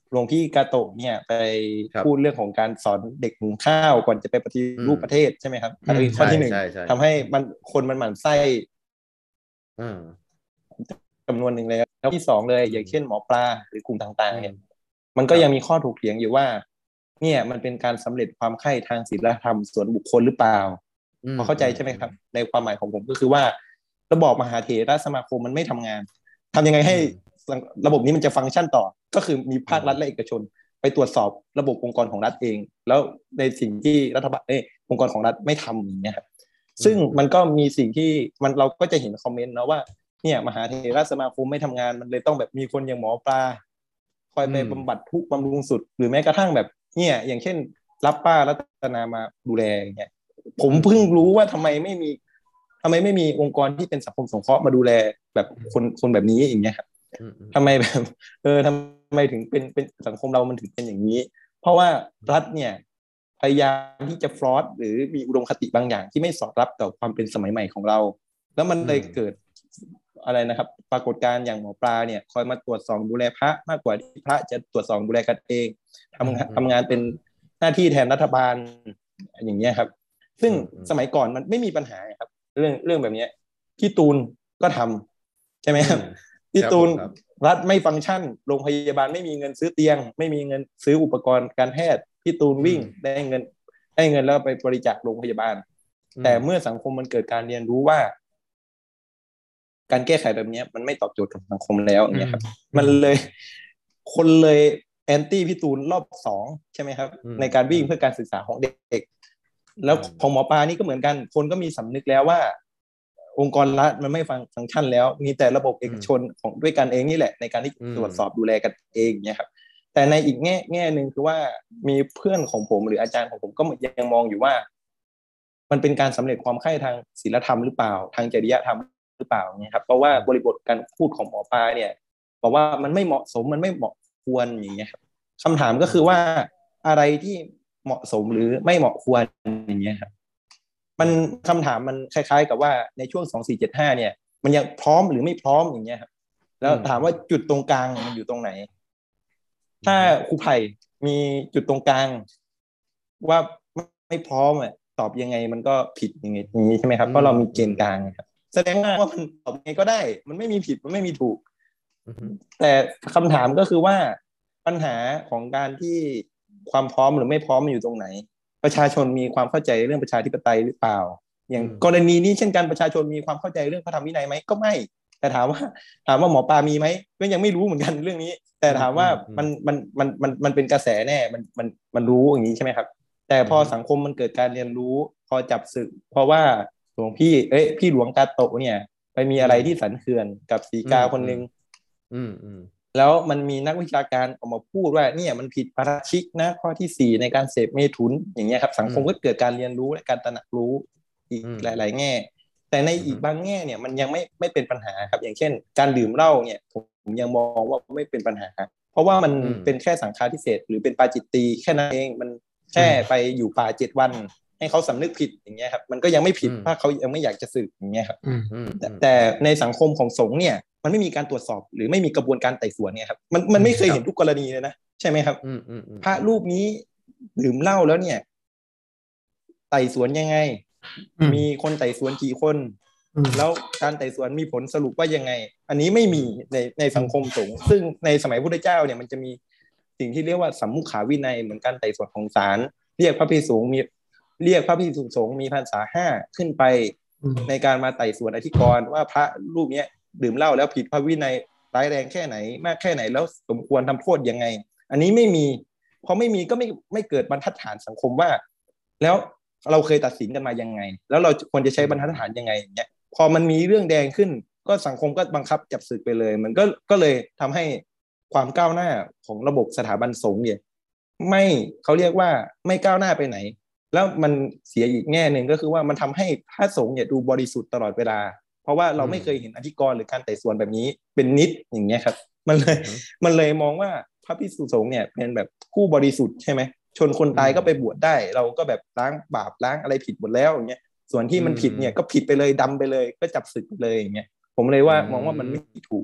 หลวงพี่กาโตะเนี่ยไป
ครับ
พูดเรื่องของการสอนเด็กหุงข้าวก่อนจะไปปฏิรูปประเทศใช่ไหมครับอันนี้ข้อที่หนึ่ง
ใช่ใช่
ทำให้มันคนมันหมั่นไส้
อืม
จำนวนหนึ่งเลยแล้วที่สองเลย
อืม
อย่างเช่นหมอปลาหรือกลุ่มต่างๆเนี่ย
อืม
มันก็
ครับ
ยังมีข้อถกเถียงอยู่ว่า เนี่ยมันเป็นการสำเร็จความใคร่ทางศีลธรรมส่วนบุคคลหรือเปล่าพอเข้าใจใช่ไหมครับ ในความหมายของผมก็คือว่า ระบอบมหาเถรสมาคมมันไม่ทำงานทำยังไงให้ระบบนี้มันจะฟังก์ชันต่อ ก็คือมีภาครัฐและเอกชน ไปตรวจสอบระบบองค์กรของรัฐเอง แล้วในสิ่งที่รัฐบาลองค์กรของรัฐไม่ทำอย่างเงี้ยครับซึ่งมันก็มีสิ่งที่มันเราก็จะเห็นคอมเมนต์นะว่าเนี่ยมหาเถรสมาคมไม่ทำงานมันเลยต้องแบบมีคนอย่างหมอปลาคอยไปบำบัดทุกข์บำรุงสุดหรือแม้กระทั่งแบบเนี่ยอย่างเช่นรับป้ารัตนามาดูแลอย่างเงี้ยผมเพิ่งรู้ว่าทำไมไม่มีองค์กรที่เป็นสังคมสงเคราะห์มาดูแลแบบคนแบบนี้อย่างเงี้ยครับทำไมแบบทำไมถึงเป็นสังคมเรามันถึงเป็นอย่างนี้ เพราะว่ารัฐเนี่ยพยายามที่จะฟลอตหรือมีอุดมคติบางอย่างที่ไม่สอดรับกับความเป็นสมัยใหม่ของเราแล้วมันเลยเกิดอะไรนะครับปรากฏการณ์อย่างหมอปลาเนี่ยคอยมาตรวจสอบดูแลพระมากกว่าที่พระจะตรวจสอบดูแลกันเองทำงานเป็นหน้าที่แทนรัฐบาลอย่างเงี้ยครับซึ่งสมัยก่อนมันไม่มีปัญหาครับเรื่องแบบนี้พี่ตูนก็ทำใช่ไหมครับพี่ตูนรัฐไม่ฟังก์ชันโรงพยาบาลไม่มีเงินซื้อเตียงไม่มีเงินซื้ออุปกรณ์การแพทย์พี่ตูนวิ่งได้เงินแล้วไปบริจาคโรงพยาบาลแต่เมื่อสังคมมันเกิดการเรียนรู้ว่าการแก้ไขแบบนี้มันไม่ตอบโจทย์กับสังคมแล้วเนี่ยครับมันเลยคนเลยแอนตี้พี่ตูนรอบสองใช่ไหมครับในการวิ่งเพื่อการศึกษาของเด็กแล้วของหมอปลานี่ก็เหมือนกันคนก็มีสำนึกแล้วว่าองค์กรรัฐมันไม่ฟังก์ชันแล้วมีแต่ระบบเอกชนของด้วยกันเองนี่แหละในการที่ตรวจสอบดูแลกันเองเนี่ยครับแต่ในอีกแง่นึงคือว่ามีเพื่อนของผมหรืออาจารย์ของผมก็ยังมองอยู่ว่ามันเป็นการสำเร็จความใคร่ทางศีลธรรมหรือเปล่าทางจริยธรรมหรือเปล่าเนี่ยครับเพราะว่าบริบทการพูดของหมอปลาเนี่ยบอกว่ามันไม่เหมาะสมมันไม่เหมาะควรอย่างเงี้ยครับคำถามก็คือว่าอะไรที่เหมาะสมหรือไม่เหมาะควรอย่างเงี้ยครับมันคำถามมันคล้ายๆกับว่าในช่วง2475เนี่ยมันยังพร้อมหรือไม่พร้อมอย่างเงี้ยครับแล้วถามว่าจุดตรงกลางมันอยู่ตรงไหนถ้าครูไผ่มีจุดตรงกลางว่าไม่พร้อมอ่ะตอบยังไงมันก็ผิดอย่างนี้ใช่ไหมครับเพราะเรามีเกณฑ์กลางครับแสดงว่ามันตอบยังไงก็ได้มันไม่มีผิดมันไม่มีถูกแต่คำถามก็คือว่าปัญหาของการที่ความพร้อมหรือไม่พร้อมมันอยู่ตรงไหนประชาชนมีความเข้าใจเรื่องประชาธิปไตยหรือเปล่าอย่างกรณีนี้เช่นกันประชาชนมีความเข้าใจเรื่องพระธรรมวินัยไหมก็ไม่แต่ถามว่าหมอปลามีไหมก็ยังไม่รู้เหมือนกันเรื่องนี้แต่ถามว่ามันเป็นกระแสแน่มันรู้อย่างนี้ใช่ไหมครับแต่พอสังคมมันเกิดการเรียนรู้พอจับศึกเพราะว่าหลวงพี่หลวงกาโตะเนี่ยไปมีอะไรที่สันเขื่อนกับสีกาคนนึงแล้วมันมีนักวิชาการออกมาพูดว่าเนี่ยมันผิดปาราชิกนะข้อที่4ในการเสพเมถุนอย่างเงี้ยครับสังคมก็เกิดการเรียนรู้และการตระหนักรู้อีกหลายๆแง่แต่ในอีกบางแง่เนี่ยมันยังไม่เป็นปัญหาครับอย่างเช่นการดื่มเหล้าเนี่ยผมยังมองว่าไม่เป็นปัญหาเพราะว่ามันเป็นแค่สังฆาทิเศษหรือเป็นปาจิตตีแค่นั้นเองมันแค่ไปอยู่ป่า7 วันให้เขาสำนึกผิดอย่างเงี้ยครับมันก็ยังไม่ผิดถ้าเขายังไม่อยากจะสึกอย่างเงี้ยครับแต่ในสังคมของสงฆ์เนี่ยมันไม่มีการตรวจสอบหรือไม่มีกระบวนการไต่สวนเนี่ยครับมันไม่เคยเห็นทุกกรณีเลยนะใช่ไหมครับพระรูปนี้ดื่มเหล้าแล้วเนี่ยไต่สวนยังไงมีคนไต่สวนกี่คนแล้วการไต่สวนมีผลสรุปว่ายังไงอันนี้ไม่มีในสังคมสงฆ์ซึ่งในสมัยพุทธเจ้าเนี่ยมันจะมีสิ่งที่เรียกว่าสัมมุขาวินัยเหมือนการไต่สวนของศาลเรียกพระภิกษุสงฆ์มีพรรษา5ขึ้นไปในการมาไต่สวนอธิกรณ์ว่าพระรูปนี้ดื่มเหล้าแล้วผิดพระวินัยร้ายแรงแค่ไหนมากแค่ไหนแล้วสมควรทำโทษยังไงอันนี้ไม่มีพอไม่มีก็ไม่เกิดบรรทัดฐานสังคมว่าแล้วเราเคยตัดสินกันมายังไงแล้วเราควรจะใช้บรรทัดฐานยังไงอย่างเงี้ยพอมันมีเรื่องแดงขึ้นก็สังคมก็บังคับจับศึกไปเลยมันก็เลยทำให้ความก้าวหน้าของระบบสถาบันสงฆ์เนี่ยไม่เขาเรียกว่าไม่ก้าวหน้าไปไหนแล้วมันเสียอีกแง่หนึ่งก็คือว่ามันทำให้พระสงฆ์เนี่ยดูบริสุทธิ์ตลอดเวลาเพราะว่าเราไม่เคยเห็นอธิกรณ์หรือการไต่สวนแบบนี้เป็นนิดอย่างเงี้ยครับมันเลยมองว่าพระภิกษุสงฆ์เนี่ยเป็นแบบผู้บริสุทธิ์ใช่ไหมชนคนตายก็ไปบวชได้เราก็แบบล้างบาปล้างอะไรผิดหมดแล้วอย่างเงี้ยส่วนที่มันผิดเนี่ยก็ผิดไปเลยดำไปเลยก็จับศึกไปเลยอย่างเงี้ยผมเลยว่ามองว่ามันไม่ถูก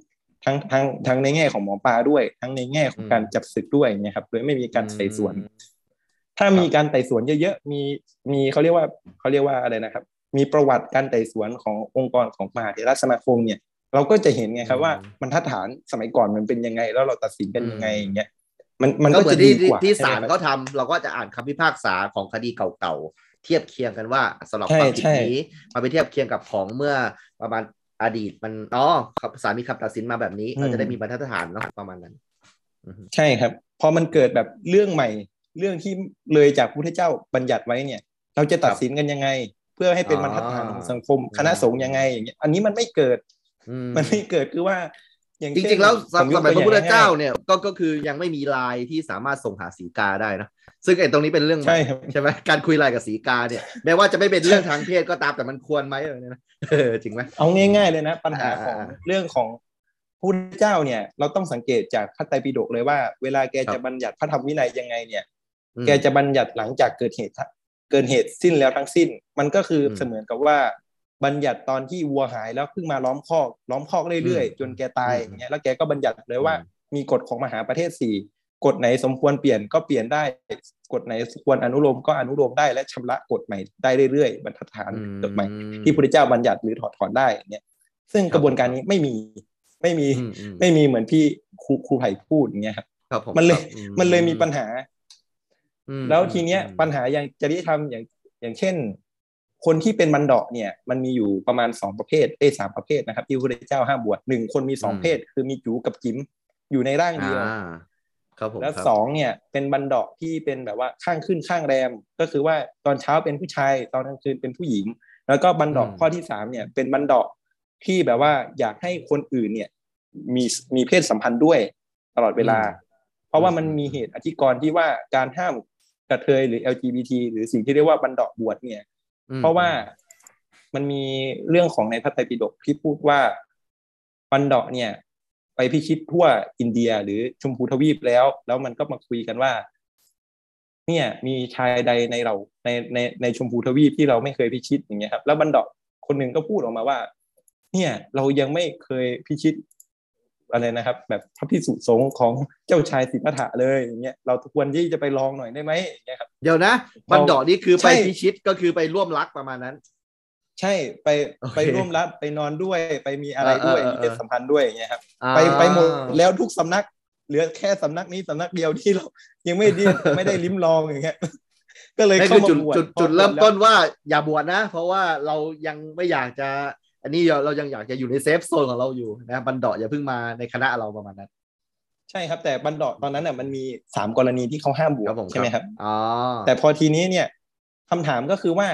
ทั้งในแง่ของหมอปลาด้วยทั้งในแง่ของการจับศึกด้วยเนี่ยครับโดยไม่มีการไต่สวนถ้ามีการไต่สวนเยอะๆมีเขาเรียกว่าอะไรนะครับมีประวัติการไต่สวนขององค์กรของมหาเถรสมาคมเนี่ยเราก็จะเห็นไงครับว่าบรรทัดฐานสมัยก่อนมันเป็นยังไงแล้วเราตัดสินกันยังไงอย่างเงี้ยมันก็จะดีกว่า
ที่ศาลเขาทำเราก็จะอ่านคำพิพากษาของคดีเก่าๆเทียบเคียงกันว่าสำหรับความผิดนี้มาไปเทียบเคียงกับของเมื่อประมาณอดีตมันศาลมีคำตัดสินมาแบบนี้เราจะได้มีบรรทัดฐานเนาะประมาณนั้น
ใช่ครับพอมันเกิดแบบเรื่องใหม่เรื่องที่เลยจากพุทธเจ้าบัญญัติไว้เนี่ยเราจะตัดสินกันยังไงเพื่อให้เป็นบรรทัดฐานของสังคมคณะสงฆ์ยังไงอย่างเงี้ยอันนี้มันไม่เกิดคือว่า
จริงๆแล้วสมัยพระพุทธเจ้าเนี่ยก็คือยังไม่มีไลน์ที่สามารถส่งหาสีกาได้นะซึ่งไอ้ตรงนี้เป็นเรื่องใช่ไหมการคุยไลน์กับสีกาเนี่ยแม้ว่าจะไม่เป็นเรื่องทางเพศก็ตามแต่มันควรไหมเนี่ยนะจริงไหม
เอาง่ายๆเลยนะปัญหาของเรื่องของพระพุทธเจ้าเนี่ยเราต้องสังเกตจากพระไตรปิฎกเลยว่าเวลาแกจะบัญญัติพระธรรมวินัยยังไงเนี่ยแกจะบัญญัติหลังจากเกิดเหตุสิ้นแล้วทั้งสิ้นมันก็คือเสมือนกับว่าบัญญัติตอนที่วัวหายแล้วเพิ่งมาล้อมคอกเรื่อยๆจนแกตายอย่างเงี้ยแล้วแกก็บัญญัติเลยว่ามีกฎของมหาประเทศ4กฎไหนสมควรเปลี่ยนก็เปลี่ยนได้กฎไหนควรอนุโลมก็อนุโลมได้และชำระกฎใหม่ได้เรื่อยๆบรรทัดฐานกฎใหม่ที่พระพุทธเจ้าบัญญัติหรือถอดถอนได้เนี่ยซึ่งกระบวนการนี้ไม่มีเหมือนพี่ครูไผ่พูดอย่างเงี้ยครับมันเลยมีปัญหาแล้วทีเนี้ยปัญหาอย่างจริยธรรมอย่างเช่นคนที่เป็นบัณฑิตเนี่ยมันมีอยู่ประมาณ2ประเภท3ประเภทนะครับที่พระพุทธเจ้าห้ามบวช1คนมี2เพศคือมีจู๋กับจิ๋มอยู่ในร่างเดียวแล้ว2เนี่ยเป็นบัณฑิตที่เป็นแบบว่าข้างขึ้นข้างแรมก็คือว่าตอนเช้าเป็นผู้ชายตอนกลางคืนเป็นผู้หญิงแล้วก็บัณฑิตข้อที่3เนี่ยเป็นบัณฑิตที่แบบว่าอยากให้คนอื่นเนี่ยมีเพศสัมพันธ์ด้วยตลอดเวลาเพราะว่ามันมีเหตุอธิกรณ์ที่ว่าการห้ามกระเทยหรือ LGBT หรือสิ่งที่เรียกว่าบัณฑิตบวชเนี่ยเพราะว่ามันมีเรื่องของในพระไตรปิฎกที่พูดว่าบัณฑิตเนี่ยไปพิชิตทั่วอินเดียหรือชมพูทวีปแล้วมันก็มาคุยกันว่าเนี่ยมีชายใดในเราในชมพูทวีปที่เราไม่เคยพิชิตอย่างเงี้ยครับแล้วบัณฑิตคนหนึ่งก็พูดออกมาว่าเนี่ยเรายังไม่เคยพิชิตอะไรนะครับแบบพระภิกษุสงฆ์ของเจ้าชายสิทธัตถะเลยอย่างเงี้ยเราควรที่จะไปลองหน่อยได้ไหมอย่างเงี้ยครับ
เดี๋ยวนะบัณฑิตนี่คือไปพิชิตก็คือไปร่วมรักประมาณนั้น
ใช่ไปร่วมรักไปนอนด้วยไปมีอะไรด้วยมีเพศสัมพันธ์ด้วยอย่างเงี้ยครับไปหมดแล้วทุกสำนักเหลือแค่สำนักนี้สำนักเดียวที่เรายังไม่ได้ลิ้มลองอย่างเงี้ยก็เลยเข้ามาบวช
จุดเริ่มต้นว่าอย่าบวชนะเพราะว่าเรายังไม่อยากจะอันนี้เรายังอยากจะอยู่ในเซฟโซนของเราอยู่นะบัณฑิตอย่าเพิ่งมาในคณะเราประมาณนั้น
ใช่ครับแต่บัณฑิตตอนนั้นน่ะมันมี3กรณีที่เขาห้ามบวชใช่ไหมครับแต่พอทีนี้เนี่ยคำถามก็คือว่า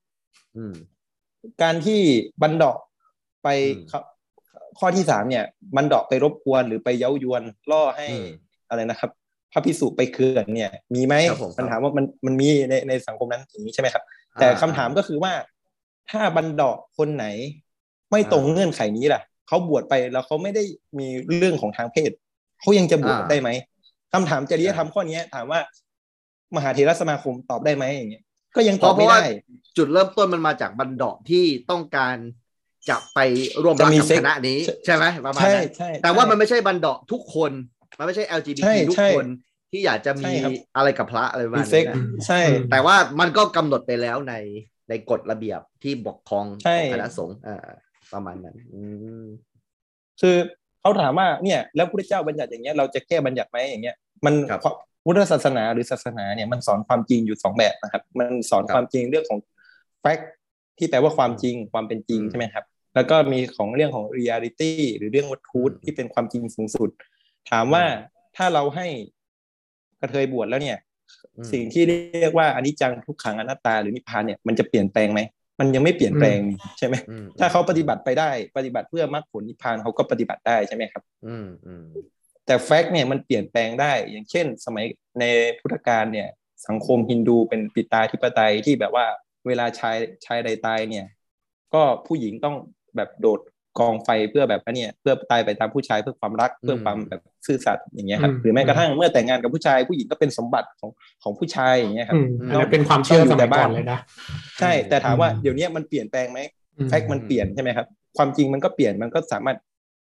การที่บัณฑิตไปข้อที่3เนี่ยบัณฑิตไปรบกวนหรือไปเย้ายวนล่อให้อะไรนะครับพระภิกษุไปเขื่อนเนี่ยมีไหมปัญหาว่ามันมีในสังคมนั้นอย่างนี้ใช่ไหมครับแต่คำถามก็คือว่าถ้าบัณฑิตคนไหนไม่ตรงเงื่อนไขนี้ล่ะเขาบวชไปแล้วเขาไม่ได้มีเรื่องของทางเพศเขายังจะบวชได้ไหมคำถามจริยธรรมข้อนี้ถามว่ามหาเถรสมาคมตอบได้ไหมอย่างเงี้ยก็ยังตอบไม่ได้
จุดเริ่มต้นมันมาจากบัณฑิตที่ต้องการจะไปร่วมรักกับคณะนี้ใช่ไหมประมาณนั้นแต่ว่ามันไม่ใช่บัณฑิตทุกคนมันไม่ใช่ LGBT ทุกคนที่อยากจะมีอะไรกับพระอะไรประมาณนี้
ใช่
แต่ว่ามันก็กำหนดไปแล้วในกฎระเบียบที่ปกครองของคณะสงฆ์ประมาณนั้น
คือเขาถามว่าเนี่ยแล้วพระพุทธเจ้าบัญญัติอย่างเงี้ยเราจะแก้บัญญัติไหมอย่างเงี้ยมันพุทธศาสนาหรือศาสนาเนี่ยมันสอนความจริงอยู่2แบบนะครับมันสอนความจริงเรื่องของ fact ที่แปลว่าความจริงความเป็นจริงใช่ไหมครับแล้วก็มีของเรื่องของ reality หรือเรื่องวัตถุที่เป็นความจริงสูงสุดถามว่าถ้าเราให้กระเทยบวชแล้วเนี่ยสิ่งที่เรียกว่าอนิจจังทุกขังอนัตตาหรือนิพพานเนี่ยมันจะเปลี่ยนแปลงไหมมันยังไม่เปลี่ยนแปลงใช่ไหมถ้าเขาปฏิบัติไปได้ปฏิบัติเพื่อมรรคผลนิพพานเขาก็ปฏิบัติได้ใช่ไหมครับแต่แฟกต์เนี่ยมันเปลี่ยนแปลงได้อย่างเช่นสมัยในพุทธกาลเนี่ยสังคมฮินดูเป็นปิตาธิปไตยที่แบบว่าเวลาชายใดตายเนี่ยก็ผู้หญิงต้องแบบโดดกองไฟเพื่อแบบนี้เพื่อตายไปตามผู้ชายเพื่อความรักเพื่อความแบบซื่อสัตย์อย่างเงี้ยครับหรือแม้กระทั่งเมื่อแต่งงานกับผู้ชายผู้หญิงก็เป็นสมบัติของผู้ชายอย่างเงี้ยครับ
แล้วเป็นความเชื่อสมัยก่อนเลยนะ
ใช่แต่ถามว่าเดี๋ยวนี้มันเปลี่ยนแปลงไหมแฟกต์มันเปลี่ยนใช่ไหมครับความจริงมันก็เปลี่ยนมันก็สามารถ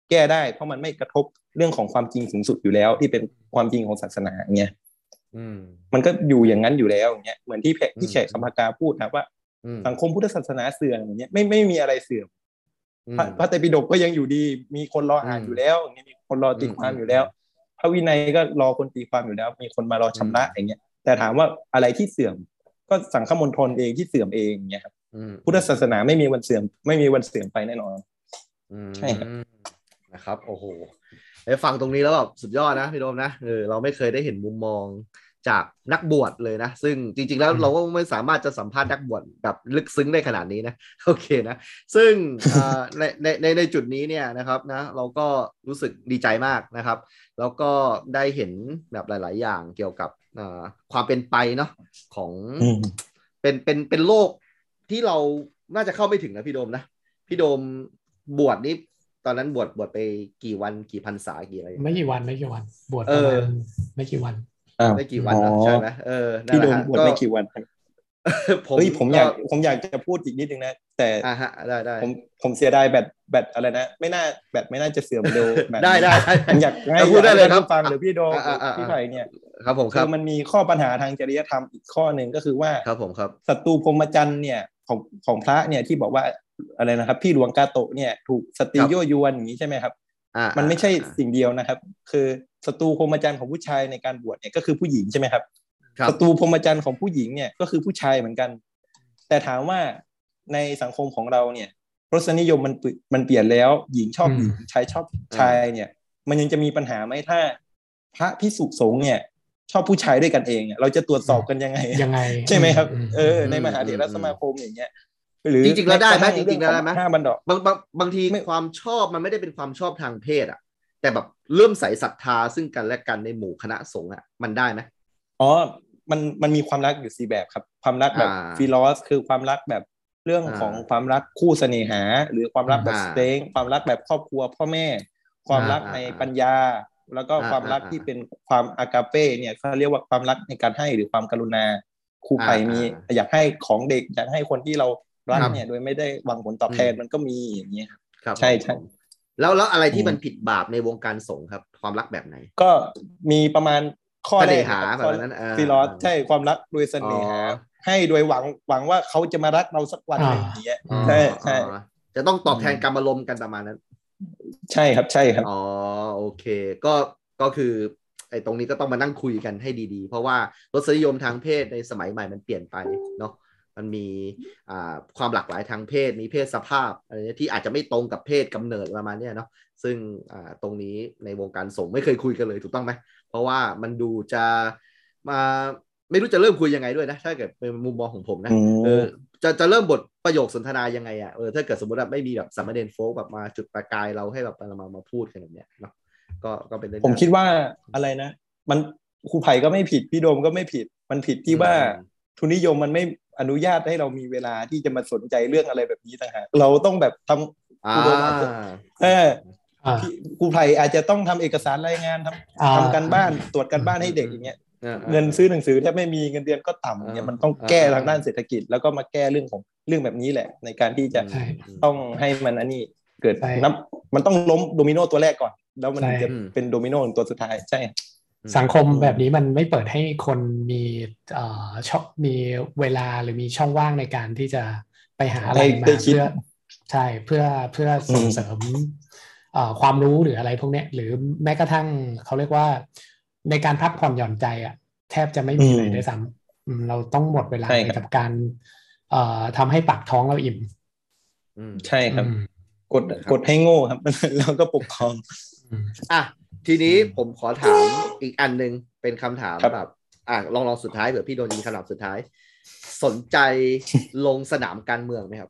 แก้ได้เพราะมันไม่กระทบเรื่องของความจริงสูงสุดอยู่แล้วที่เป็นความจริงของศาสนาเงี้ยมันก็อยู่อย่างนั้นอยู่แล้วอย่างเงี้ยเหมือนที่แขกคำพากาพูดนะว่าสังคมพุทธศาสนาเสื่อมอย่างเงี้ยไม่มีอะไรเสื่อมพระไตรปิฎกก็ยังอยู่ดีมีคนรออ่านอยู่แล้วอย่างเงี้ยมีคนรอตีความอยู่แล้วพระวินัยก็รอคนตีความอยู่แล้วมีคนมารอชำระอย่างเงี้ยแต่ถามว่าอะไรที่เสื่อมก็สังฆมณฑลเองที่เสื่อมเองอย่างเงี้ยครับพุทธศาสนาไม่มีวันเสื่อมไม่มีวันเสื่อมไปแน่นอนใช่ครับ
นะครับโอ้โหได้ฟังตรงนี้แล้วแบบสุดยอดนะพี่โดมนะเราไม่เคยได้เห็นมุมมองจากนักบวชเลยนะซึ่งจริงๆแล้วเราก็ไม่สามารถจะสัมภาษณ์นักบวชแบบลึกซึ้งได้ขนาดนี้นะโอเคนะซึ่งในจุดนี้เนี่ยนะครับนะเราก็รู้สึกดีใจมากนะครับแล้วก็ได้เห็นแบบหลายๆอย่างเกี่ยวกับความเป็นไปเนาะของเป็นโลกที่เราน่าจะเข้าไม่ถึงนะพี่โดมนะพี่โดมบวชนี่ตอนนั้นบวชไปกี่วันกี่พรรษากี่อะไร
ไม่กี่วันบวชประมาณไม่กี่วัน
ไม่กี่วันใช่ไหม
พี่โดมบวชไม่กี่วันผมอยากจะพูดอีกนิดนึงนะแต่
ได้
ผมเสียดายแบตอะไรนะไม่น่าจะเสื่อมเร็ว
ได้
ผมอยากให้
พูดได้เลยครับ
ฟังหรือพี่โดมพี่ไผ่เนี่ย
ครับผมครับ
มันมีข้อปัญหาทางจริยธรรมอีกข้อหนึ่งก็คือว่า
ครับผมครับ
ศัตรูพรหมจรรย์เนี่ยของพระเนี่ยที่บอกว่าอะไรนะครับพี่หลวงกาโตะเนี่ยถูกสตรียั่วยวนอย่างนี้ใช่ไหมครับมันไม่ใช่สิ่งเดียวนะครับคือศัตรูพรหมจรรย์ของผู้ชายในการบวชเนี่ยก็คือผู้หญิงใช่ไหมครับศัตรูพรหมจรรย์ของผู้หญิงเนี่ยก็คือผู้ชายเหมือนกันแต่ถามว่าในสังคมของเราเนี่ยรสนิยมมันเปลี่ยนแล้วหญิงชอบหญิงชายชอบชายเนี่ยมันยังจะมีปัญหาไหมถ้าพระภิกษุสงฆ์เนี่ยชอบผู้ชายด้วยกันเองเราจะตรวจสอบกันยังไงใช่ไหมครับในมหาเถรสมาคมอย่างเงี้ย
จริงๆแล้วได้ไหมจริงๆแล้วได้ไหม
5 บันดอก
บางทีความชอบมันไม่ได้เป็นความชอบทางเพศอ่ะแต่แบบเริ่มใส่ศรัทธาซึ่งกันและกันในหมู่คณะสงฆ์อ่ะมันได้ไหม
มันมีความรักอยู่4แบบครับความรักแบบฟิลอสคือความรักแบบเรื่องของความรักคู่เสน่หาหรือความรักแบบสเต็งความรักแบบครอบครัวพ่อแม่ความรักในปัญญาแล้วก็ความรักที่เป็นความอากาเป้เนี่ยเขาเรียกว่าความรักในการให้หรือความกรุณาครูไผ่มีอยากให้ของเด็กอยากให้คนที่เรารักเนี่ยโดยไม่ได้หวังผลตอบแทนมันก็มีอย่างนี้ครับใช่
แล้วอะไรที่มันผิดบาปในวงการสงฆ์ครับความรักแบบไหน
ก็มีประมาณข้อแรก
แบบนั้น
ฟิลอสใช่ความรักโดยเสน่หาให้โดยหวังว่าเขาจะมารักเราสักวันหนึ่งอย่างเงี้ยใช่
จะต้องตอบแทนกรรมอารมณ์กันประมาณนั้น
ใช่ครับ
โอเคก็คือไอ้ตรงนี้ก็ต้องมานั่งคุยกันให้ดีๆเพราะว่ารสนิยมทางเพศในสมัยใหม่มันเปลี่ยนไปเนาะมันมีความหลากหลายทางเพศมีเพศสภาพอะไรที่อาจจะไม่ตรงกับเพศกำเนิดประมาณนี้เนาะซึ่งตรงนี้ในวงการสงฆ์ไม่เคยคุยกันเลยถูกต้องไหมเพราะว่ามันดูจะมาไม่รู้จะเริ่มคุยยังไงด้วยนะถ้าเกิดเป็นมุมมองของผมนะจะเริ่มบทประโยคสนทนายังไงถ้าเกิดสมมติว่าไม่มีแบบสามเณรโฟกแบบมาจุดประกายเราให้แบบมาพูดกันแบบเนี้ยเนาะก็เป็น
ผมคิดว่าอะไรนะมันครูไผ่ก็ไม่ผิดพี่โดมก็ไม่ผิดมันผิดที่ว่าทุนนิยมมันไม่อนุญาตให้เรามีเวลาที่จะมาสนใจเรื่องอะไรแบบนี้ต่างหากเราต้องแบบทำครูโดมอาจจะครูไผ่อาจจะต้องทำเอกสารรายงานทำการบ้านตรวจการบ้านให้เด็กอย่างเงี้ยเงินซื้อหนังสือแทบไม่มีเงินเดือนก็ต่ำเนี่ยมันต้องแก้ทางด้านเศรษฐกิจแล้วก็มาแก้เรื่องแบบนี้แหละในการที่จะต้องให้มันอันนี้เกิดมันต้องล้มโดมิโนตัวแรกก่อนแล้วมันจะเป็นโดมิโนตัวสุดท้ายใช่
สังคมแบบนี้มันไม่เปิดให้คนมีช่องมีเวลาหรือมีช่องว่างในการที่จะไปหาอะไรมาเพื่อส่งเสริมความรู้หรืออะไรพวกนี้หรือแม้กระทั่งเขาเรียกว่าในการพักผ่อนหย่อนใจอ่ะแทบจะไม่มีเลยด้วยซ้ำเราต้องหมดเวลาไปกับการทำให้ปากท้องเราอิ่ม
ใช่ครับกดให้โง่ครับแล้วก็ปกครอง
ทีนี้ผมขอถามอีกอันนึงเป็นคำถามแบบลองสุดท้ายเผื่อพี่โดนยิงคำถามสุดท้ายสนใจลงสนามการเมืองไหมครับ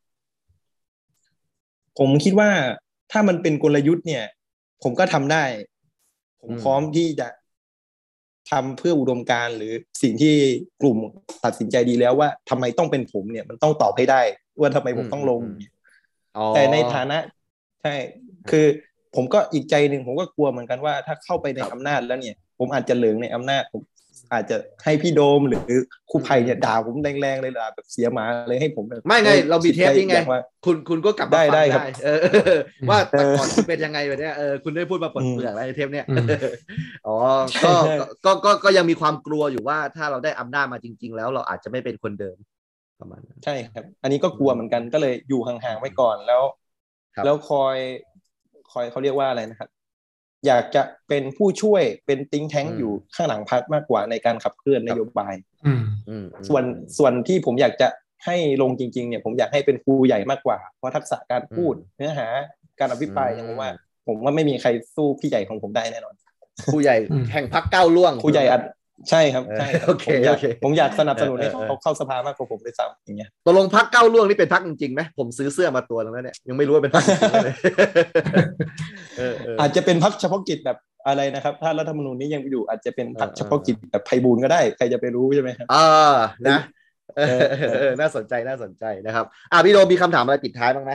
ผมคิดว่าถ้ามันเป็นกลยุทธ์เนี่ยผมก็ทำได้ผมพร้อมที่จะทำเพื่ออุดมการณ์หรือสิ่งที่กลุ่มตัดสินใจดีแล้วว่าทำไมต้องเป็นผมเนี่ยมันต้องตอบให้ได้ว่าทำไมผมต้องลงแต่ในฐานะใช่คือผมก็อีกใจหนึ่งผมก็กลัวเหมือนกันว่าถ้าเข้าไปในอำนาจแล้วเนี่ยผมอาจจะเหลิงในอำนาจผมอาจจะให้พี่โดมหรือครูไผ่เนี่ยด่าผมแรงๆเลยด่าแบบเสียหมาเลยให้ผมแบบ
ไม่ไงเรามีเทปนี่ไงคุณก็กลับมาฟังได้ว่าแต่ก่อนคุณเป็นยังไงแบบเนี้ยคุณได้พูดมาปลดเปลือกอะไรเทปเนี้ยอ๋อก็ยังมีความกลัวอยู่ว่าถ้าเราได้อำนาจมาจริงๆแล้วเราอาจจะไม่เป็นคนเดิมประมาณนั้น
ใช่ครับอันนี้ก็กลัวเหมือนกันก็เลยอยู่ห่างๆไว้ก่อนแล้วคอยเขาเรียกว่าอะไรนะครับอยากจะเป็นผู้ช่วยเป็นthink tankอยู่ข้างหลังพรรคมากกว่าในการขับเคลื่อนนโยบายส่วนที่ผมอยากจะให้ลงจริงๆเนี่ยผมอยากให้เป็นครูใหญ่มากกว่าเพราะทักษะการพูดเนื้อหาการอภิปรายอย่างผมว่าไม่มีใครสู้พี่ใหญ่ของผมได้แน่นอน
ครูใหญ่แห่งพรรคก้าวล่วง
ครูใหญ่ใช่ครับใช่
โอเค
ผมอยากสนับสนุนให้เขาเข้าสภามากกว่าผมด้วยซ้ำอย่างเงี้ย
ตกลงพรรคก้าวล่วงนี่เป็นพรรคจริงๆไหมผมซื้อเสื้อมาตัวนึงแล้วเนี่ยยังไม่รู้ว่าเป็นพรรคจริงๆเลย
อาจจะเป็นพรรคเฉพาะกิจแบบอะไรนะครับถ้ารัฐธรรมนูญนี้ยังอยู่อาจจะเป็นพรรคเฉพาะกิจแบบไพบูลย์ก็ได้ใครจะไปรู้ใช่ไหมครับ
นะน่าสนใจนะครับพี่โดมมีคำถามอะไรปิดท้ายบ้างไหม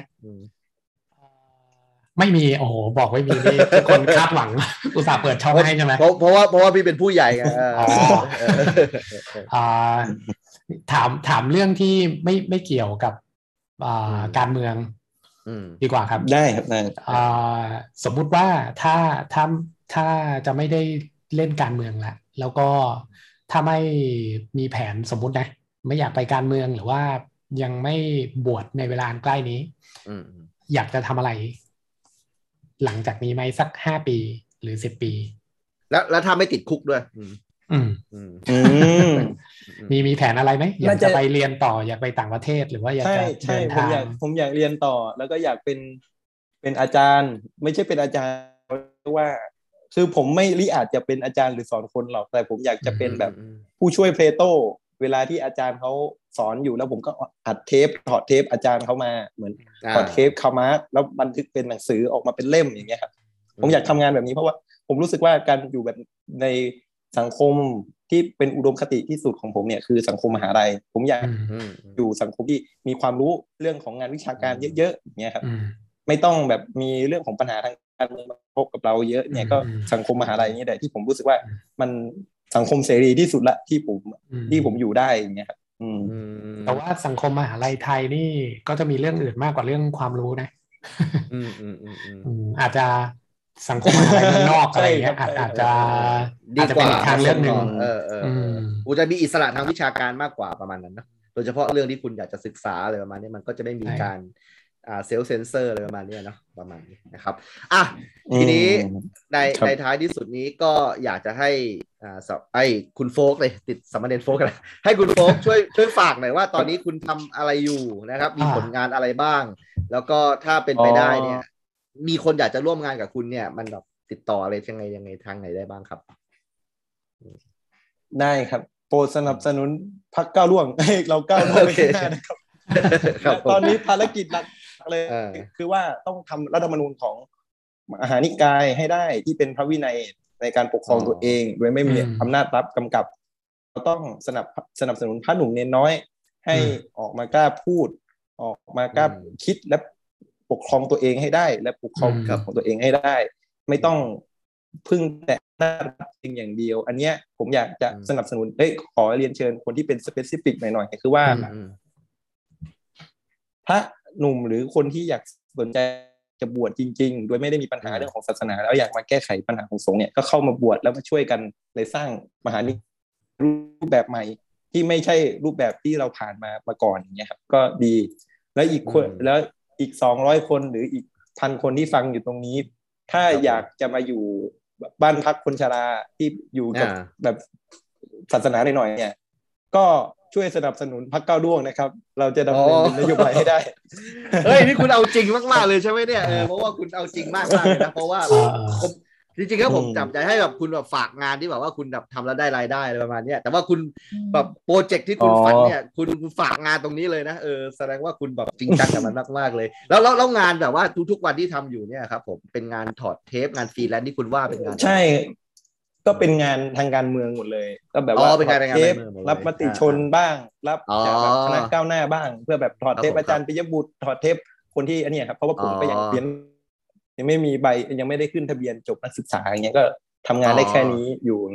ไม่มีโอ้โหบอกไม่มีนี่ทุกคนคาดหวังอุตส่าห์เปิดช่องให้ใช่ไหม
เพราะว่าพี่เป็นผู้ใหญ่ไง
ถามเรื่องที่ไม่เกี่ยวกับการเมืองดีกว่าครับ
ได้ครับได้
สมมุติว่าถ้าจะไม่ได้เล่นการเมืองแล้วก็ถ้าไม่มีแผนสมมุตินะไม่อยากไปการเมืองหรือว่ายังไม่บวชในเวลาใกล้นี้อยากจะทำอะไรหลังจากนี้ไหมสัก5 ปีหรือ10 ปี
แล้วถ้าไม่ติดคุกด้วย
มีแผนอะไรไหมอยากจะไปเรียนต่ออยากไปต่างประเทศหรือว่าอยากจะเดินทาง
ผมอยากเรียนต่อแล้วก็อยากเป็นอาจารย์ไม่ใช่เป็นอาจารย์ว่าคือผมไม่ริอาจจะเป็นอาจารย์หรือสอนคนหรอกแต่ผมอยากจะเป็นแบบผู้ช่วยเพลโตเวลาที่อาจารย์เขาสอนอยู่แล้วผมก็อัดเทปถอดเทปอาจารย์เขามาเหมือนถอดเทปคามาสแล้วบันทึกเป็นหนังสือออกมาเป็นเล่มอย่างเงี้ยครับผมอยากทำงานแบบนี้เพราะว่าผมรู้สึกว่าการอยู่แบบในสังคมที่เป็นอุดมคติที่สุดของผมเนี่ยคือสังคมมหาลัยผมอยากอยู่สังคมที่มีความรู้เรื่องของงานวิชาการเยอะๆอย่างเงี้ยครับไม่ต้องแบบมีเรื่องของปัญหาทางการเมืองมาพบกับเราเยอะเนี่ยก็สังคมมหาลัยนี่แหละที่ผมรู้สึกว่ามันสังคมเสรีที่สุดละที่ผมอยู่ได้อย่างเงี้ยครับ
แต่ว่าสังคมมหาลัยไทยนี่ก็จะมีเรื่องอื่นมากกว่าเรื่องความรู้นะอาจจะสังคมมหาลัยเมืองนอกอะไรเงี้ยอาจจะเป็นทางเลือกหนึ่ง
กูจะมีอิสระทางวิชาการมากกว่าประมาณนั้นนะโดยเฉพาะเรื่องที่คุณอยากจะศึกษาอะไรประมาณนี้มันก็จะไม่มีการเซลฟ์เซนเซอร์อะไรประมาณนี้เนาะประมาณนี้นะครับทีนี้ในท้ายที่สุดนี้ก็อยากจะให้คุณโฟกเลยติดสามเณรโฟกกันให้คุณโฟกช่วยฝากหน่อยว่าตอนนี้คุณทำอะไรอยู่นะครับมีผลงานอะไรบ้างแล้วก็ถ้าเป็นไปได้เนี่ยมีคนอยากจะร่วมงานกับคุณเนี่ยมันแบบติดต่ออะไรยังไงทางไหนได้บ้างครับ
ได้ครับโปรดสนับสนุนพรรคก้าวล่วงเราก้าวล่วงไปข้างหน้านะครับตอนนี้ภารกิจหลักเลยคือว่าต้องทำรัฐธรรมนูญของมหานิกายให้ได้ที่เป็นพระวินัยในการปกครองตัวเองโดยไม่มีอำนาจรัฐกำกับเราต้องสนับสนุนพระหนุ่มเนนน้อยให้ออกมากล้าพูดออกมากล้าคิดและปกครองตัวเองให้ได้และปกครองของตัวเองให้ได้ไม่ต้องพึ่งแต่หน้ารัฐเพียงอย่างเดียวอันเนี้ยผมอยากจะสนับสนุนขอเรียนเชิญคนที่เป็นสเปซิฟิกหน่อยๆคือว่าพระหนุ่มหรือคนที่อยากสนใจจะบวชจริงๆโดยไม่ได้มีปัญหาเรื่องของศาสนาแล้วอยากมาแก้ไขปัญหาของสงฆ์เนี่ยก็เข้ามาบวชแล้วมาช่วยกันเลยสร้างมหานิกายรูปแบบใหม่ที่ไม่ใช่รูปแบบที่เราผ่านมาก่อนอย่างเงี้ยครับก็ดีแล้วอีก200คนหรืออีก1,000 คนที่ฟังอยู่ตรงนี้ถ้าอยากจะมาอยู่บ้านพักคนชราที่อยู่กับแบบศาสนาหน่อยๆเนี่ยก็ช่วยสนับสนุนพรรคก้าวล่วงนะครับเราจะดำเนินนโยบายให้ได้
เฮ้ยนี่คุณเอาจริงมากๆเลยใช่ไหมเนี่ยเพราะว่าคุณเอาจริงมากๆเลยนะเพราะว่าจริงๆแล้วผมจับใจให้แบบคุณแบบฝากงานที่แบบว่าคุณแบบทำแล้วได้รายได้อะไรประมาณนี้แต่ว่าคุณแบบโปรเจกต์ที่คุณฝันเนี่ยคุณฝากงานตรงนี้เลยนะแสดงว่าคุณแบบจริงจังกับมันมากๆเลยแล้วงานแบบว่าทุกๆวันที่ทำอยู่เนี่ยครับผมเป็นงานถอดเทปงานฟรีแลนซ์ที่คุณว่าเป็นงาน
ใช่ก็เป็นงานทางการเมืองหมดเลยก็แบบว่าถอดเทปรับมติชนบ้างรับจากแบบคณะก้าวหน้าบ้างเพื่อแบบถอดเทปอาจารย์ปิยบุตรถอดเทปคนที่อันนี้ครับเพราะว่าผมก็ยังเรียนยังไม่มีใบยังไม่ได้ขึ้นทะเบียนจบนักศึกษาอย่างเงี้ยก็ทำงานได้แค่นี้อยู่อย่างเงี้ย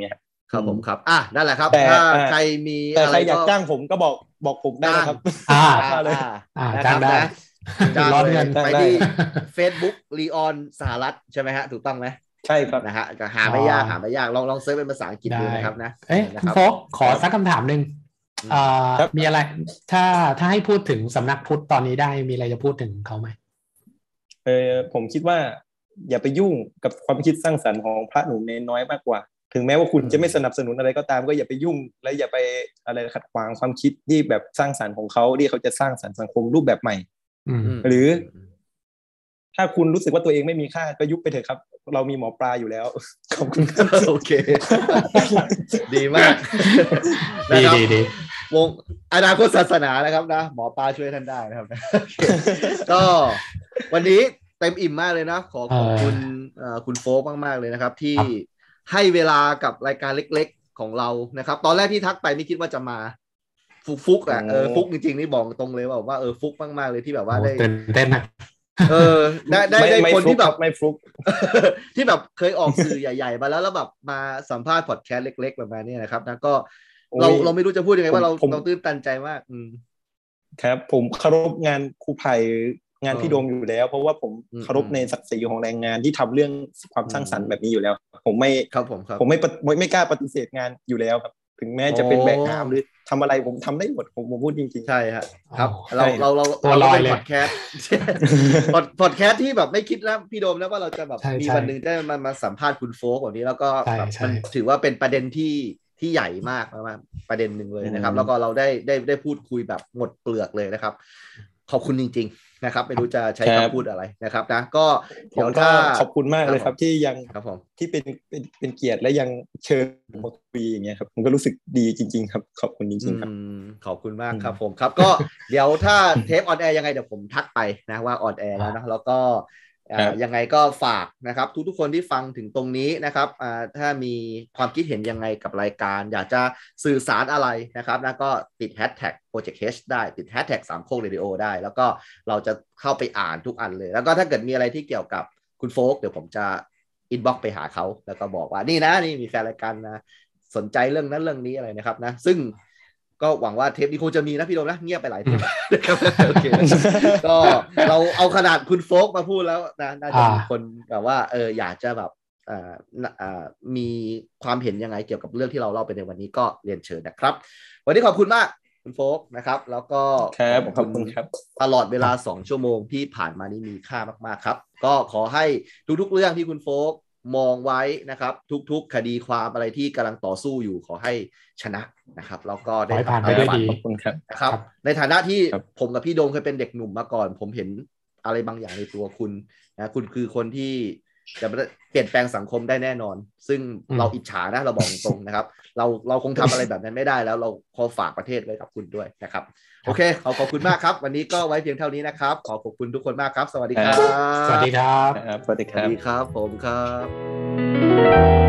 ครับผมครับนั่นแหละครับ
แต่
ถ้าใครมี
แต่
อะ
ใค
ไร
รอยาก
ก็
จ้างผมก็บอกผมได้นะครับ
จ้างได้
จ้าง
ร้อน
เลย
เงิน
ไปที่ Facebook ลีออนสหรัฐใช่ไหมฮะถูกต้องไหม
ใช่ครับ
นะฮะก็หาไม่ยากลองเซิร์ชเป็นภาษาอังกฤษดูนะครับนะ
คุณโฟกขอสักคำถามหนึ่งมีอะไรถ้าให้พูดถึงสำนักพุทธตอนนี้ได้มีอะไรจะพูดถึงเขาไหม
ผมคิดว่าอย่าไปยุ่งกับความคิดสร้างสรรค์ของพระหนุ่มเนนน้อยมากกว่าถึงแม้ว่าคุณจะไม่สนับสนุนอะไรก็ตามก็อย่าไปยุ่งและอย่าไปอะไรขัดขวางความคิดที่แบบสร้างสรรค์ของเขาที่เขาจะสร้างสรรค์สังคมรูปแบบใหม่หรือถ้าคุณรู้สึกว่าตัวเองไม่มีค่าก็ยุบไปเถอะครับเรามีหมอปลาอยู่แล้วขอบคุณครับ
โอเคดีมาก
ดี
วงอนาคตศาสนานะครับนะหมอปลาช่วยท่านได้นะครับก็วันนี้เต็มอิ่มมากเลยนะขอบคุณคุณโฟกมากๆเลยนะครับที่ให้เวลากับรายการเล็กๆของเรานะครับตอนแรกที่ทักไปไม่คิดว่าจะมาฟุกฟุกจริงๆนี่บอกตรงเลยว่าฟุกมากๆเลยที่แบบว่าได้
ตื่นเต้นนะ
ได้คนที่แบบ
ไม่ฟลุก
ที่แบบเคยออกสื่อใหญ่ๆมาแล้วแบบมาสัมภาษณ์พอดแคสต์เล็กๆแบบนี้นะครับนะก็เราไม่รู้จะพูดยังไงว่าเราตื้นตันใจมาก
ครับผมเคารพงานครูไผ่งานพี่โดมอยู่แล้วเพราะว่าผมเคารพในศักดิ์ศรีของแรงงานที่ทำเรื่องความสร้างสรรค์แบบนี้อยู่แล้วผมไม่กล้าปฏิเสธงานอยู่แล้วครับถึงแม้จะเป็นแบกหามหรือทำอะไรผมทำได้หมดผมพูดจริง
ๆใช่ครับเราเป็นพอดแคสต์พอดแคสต์ที่แบบไม่คิดแล้วพี่โดมนะว่าเราจะแบบมีวันนึงได้มาสัมภาษณ์คุณโฟกแบบนี้แล้วก็มันถือว่าเป็นประเด็นที่ใหญ่มากประเด็นหนึ่งเลยนะครับแล้วก็เราได้พูดคุยแบบหมดเปลือกเลยนะครับขอบคุณจริงๆนะครับไม่รู้จะใช้คำพูดอะไรนะครับนะก็
เดี๋ยวถ้าขอบคุณมากเลยครับที่ยังที่เป็นเกียรติและยังเชิญมาคุยอย่างเงี้ยครับผมก็รู้สึกดีจริงๆครับขอบคุณจริงๆครับ
ขอบคุณมากครับผมครับก็เดี๋ยวถ้าเทปออนแอร์ยังไงเดี๋ยวผมทักไปนะว่าออนแอร์แล้วนะแล้วก็ยังไงก็ฝากนะครับทุกๆคนที่ฟังถึงตรงนี้นะครับถ้ามีความคิดเห็นยังไงกับรายการอยากจะสื่อสารอะไรนะครับนะก็ติดแฮชแท็ก Project H ได้ติดแฮชแท็กสามโคกเรดิโอได้แล้วก็เราจะเข้าไปอ่านทุกอันเลยแล้วก็ถ้าเกิดมีอะไรที่เกี่ยวกับคุณโฟกเดี๋ยวผมจะอินบ็อกซ์ไปหาเขาแล้วก็บอกว่านี่มีแฟนรายการนะสนใจเรื่องนั้นเรื่องนี้อะไรนะครับนะซึ่งก็หวังว่าเทปนี้คงจะมีนะพี่โดมนะเงียบไปหลายเทปนะครับโอเคก็เราเอาขนาดคุณโฟกมาพูดแล้วนะน่าจะมีคนแบบว่าอยากจะแบบมีความเห็นยังไงเกี่ยวกับเรื่องที่เราเล่าไปในวันนี้ก็เรียนเชิญนะครับวันนี้ขอบคุณมากคุณโฟกนะครับแล้วก็
ขอบคุณครับ
ตลอดเวลา2ชั่วโมงที่ผ่านมานี้มีค่ามากๆครับก็ขอให้ทุกๆเรื่องที่คุณโฟกมองไว้นะครับทุกๆคดีความอะไรที่กำลังต่อสู้อยู่ขอให้ชนะนะครับแล้วก็ได้
ผ่านไปด้วยดี
ขอบคุณครับ
นะครับในฐานะที่ผมกับพี่โดมเคยเป็นเด็กหนุ่มมาก่อนผมเห็นอะไรบางอย่างในตัวคุณนะคุณคือคนที่จะเปลี่ยนแปลงสังคมได้แน่นอนซึ่งเราอิจฉานะเราบอกตรงนะครับเราคงทำอะไรแบบนั้นไม่ได้แล้วเราขอฝากประเทศไว้กับคุณด้วยนะครับโอเคขอบคุณมากครับวันนี้ก็ไว้เพียงเท่านี้นะครับขอบคุณทุกคนมากครับสวัสดีครับ
สวัสดีครับ
สวัสดีครับ
ผมครับ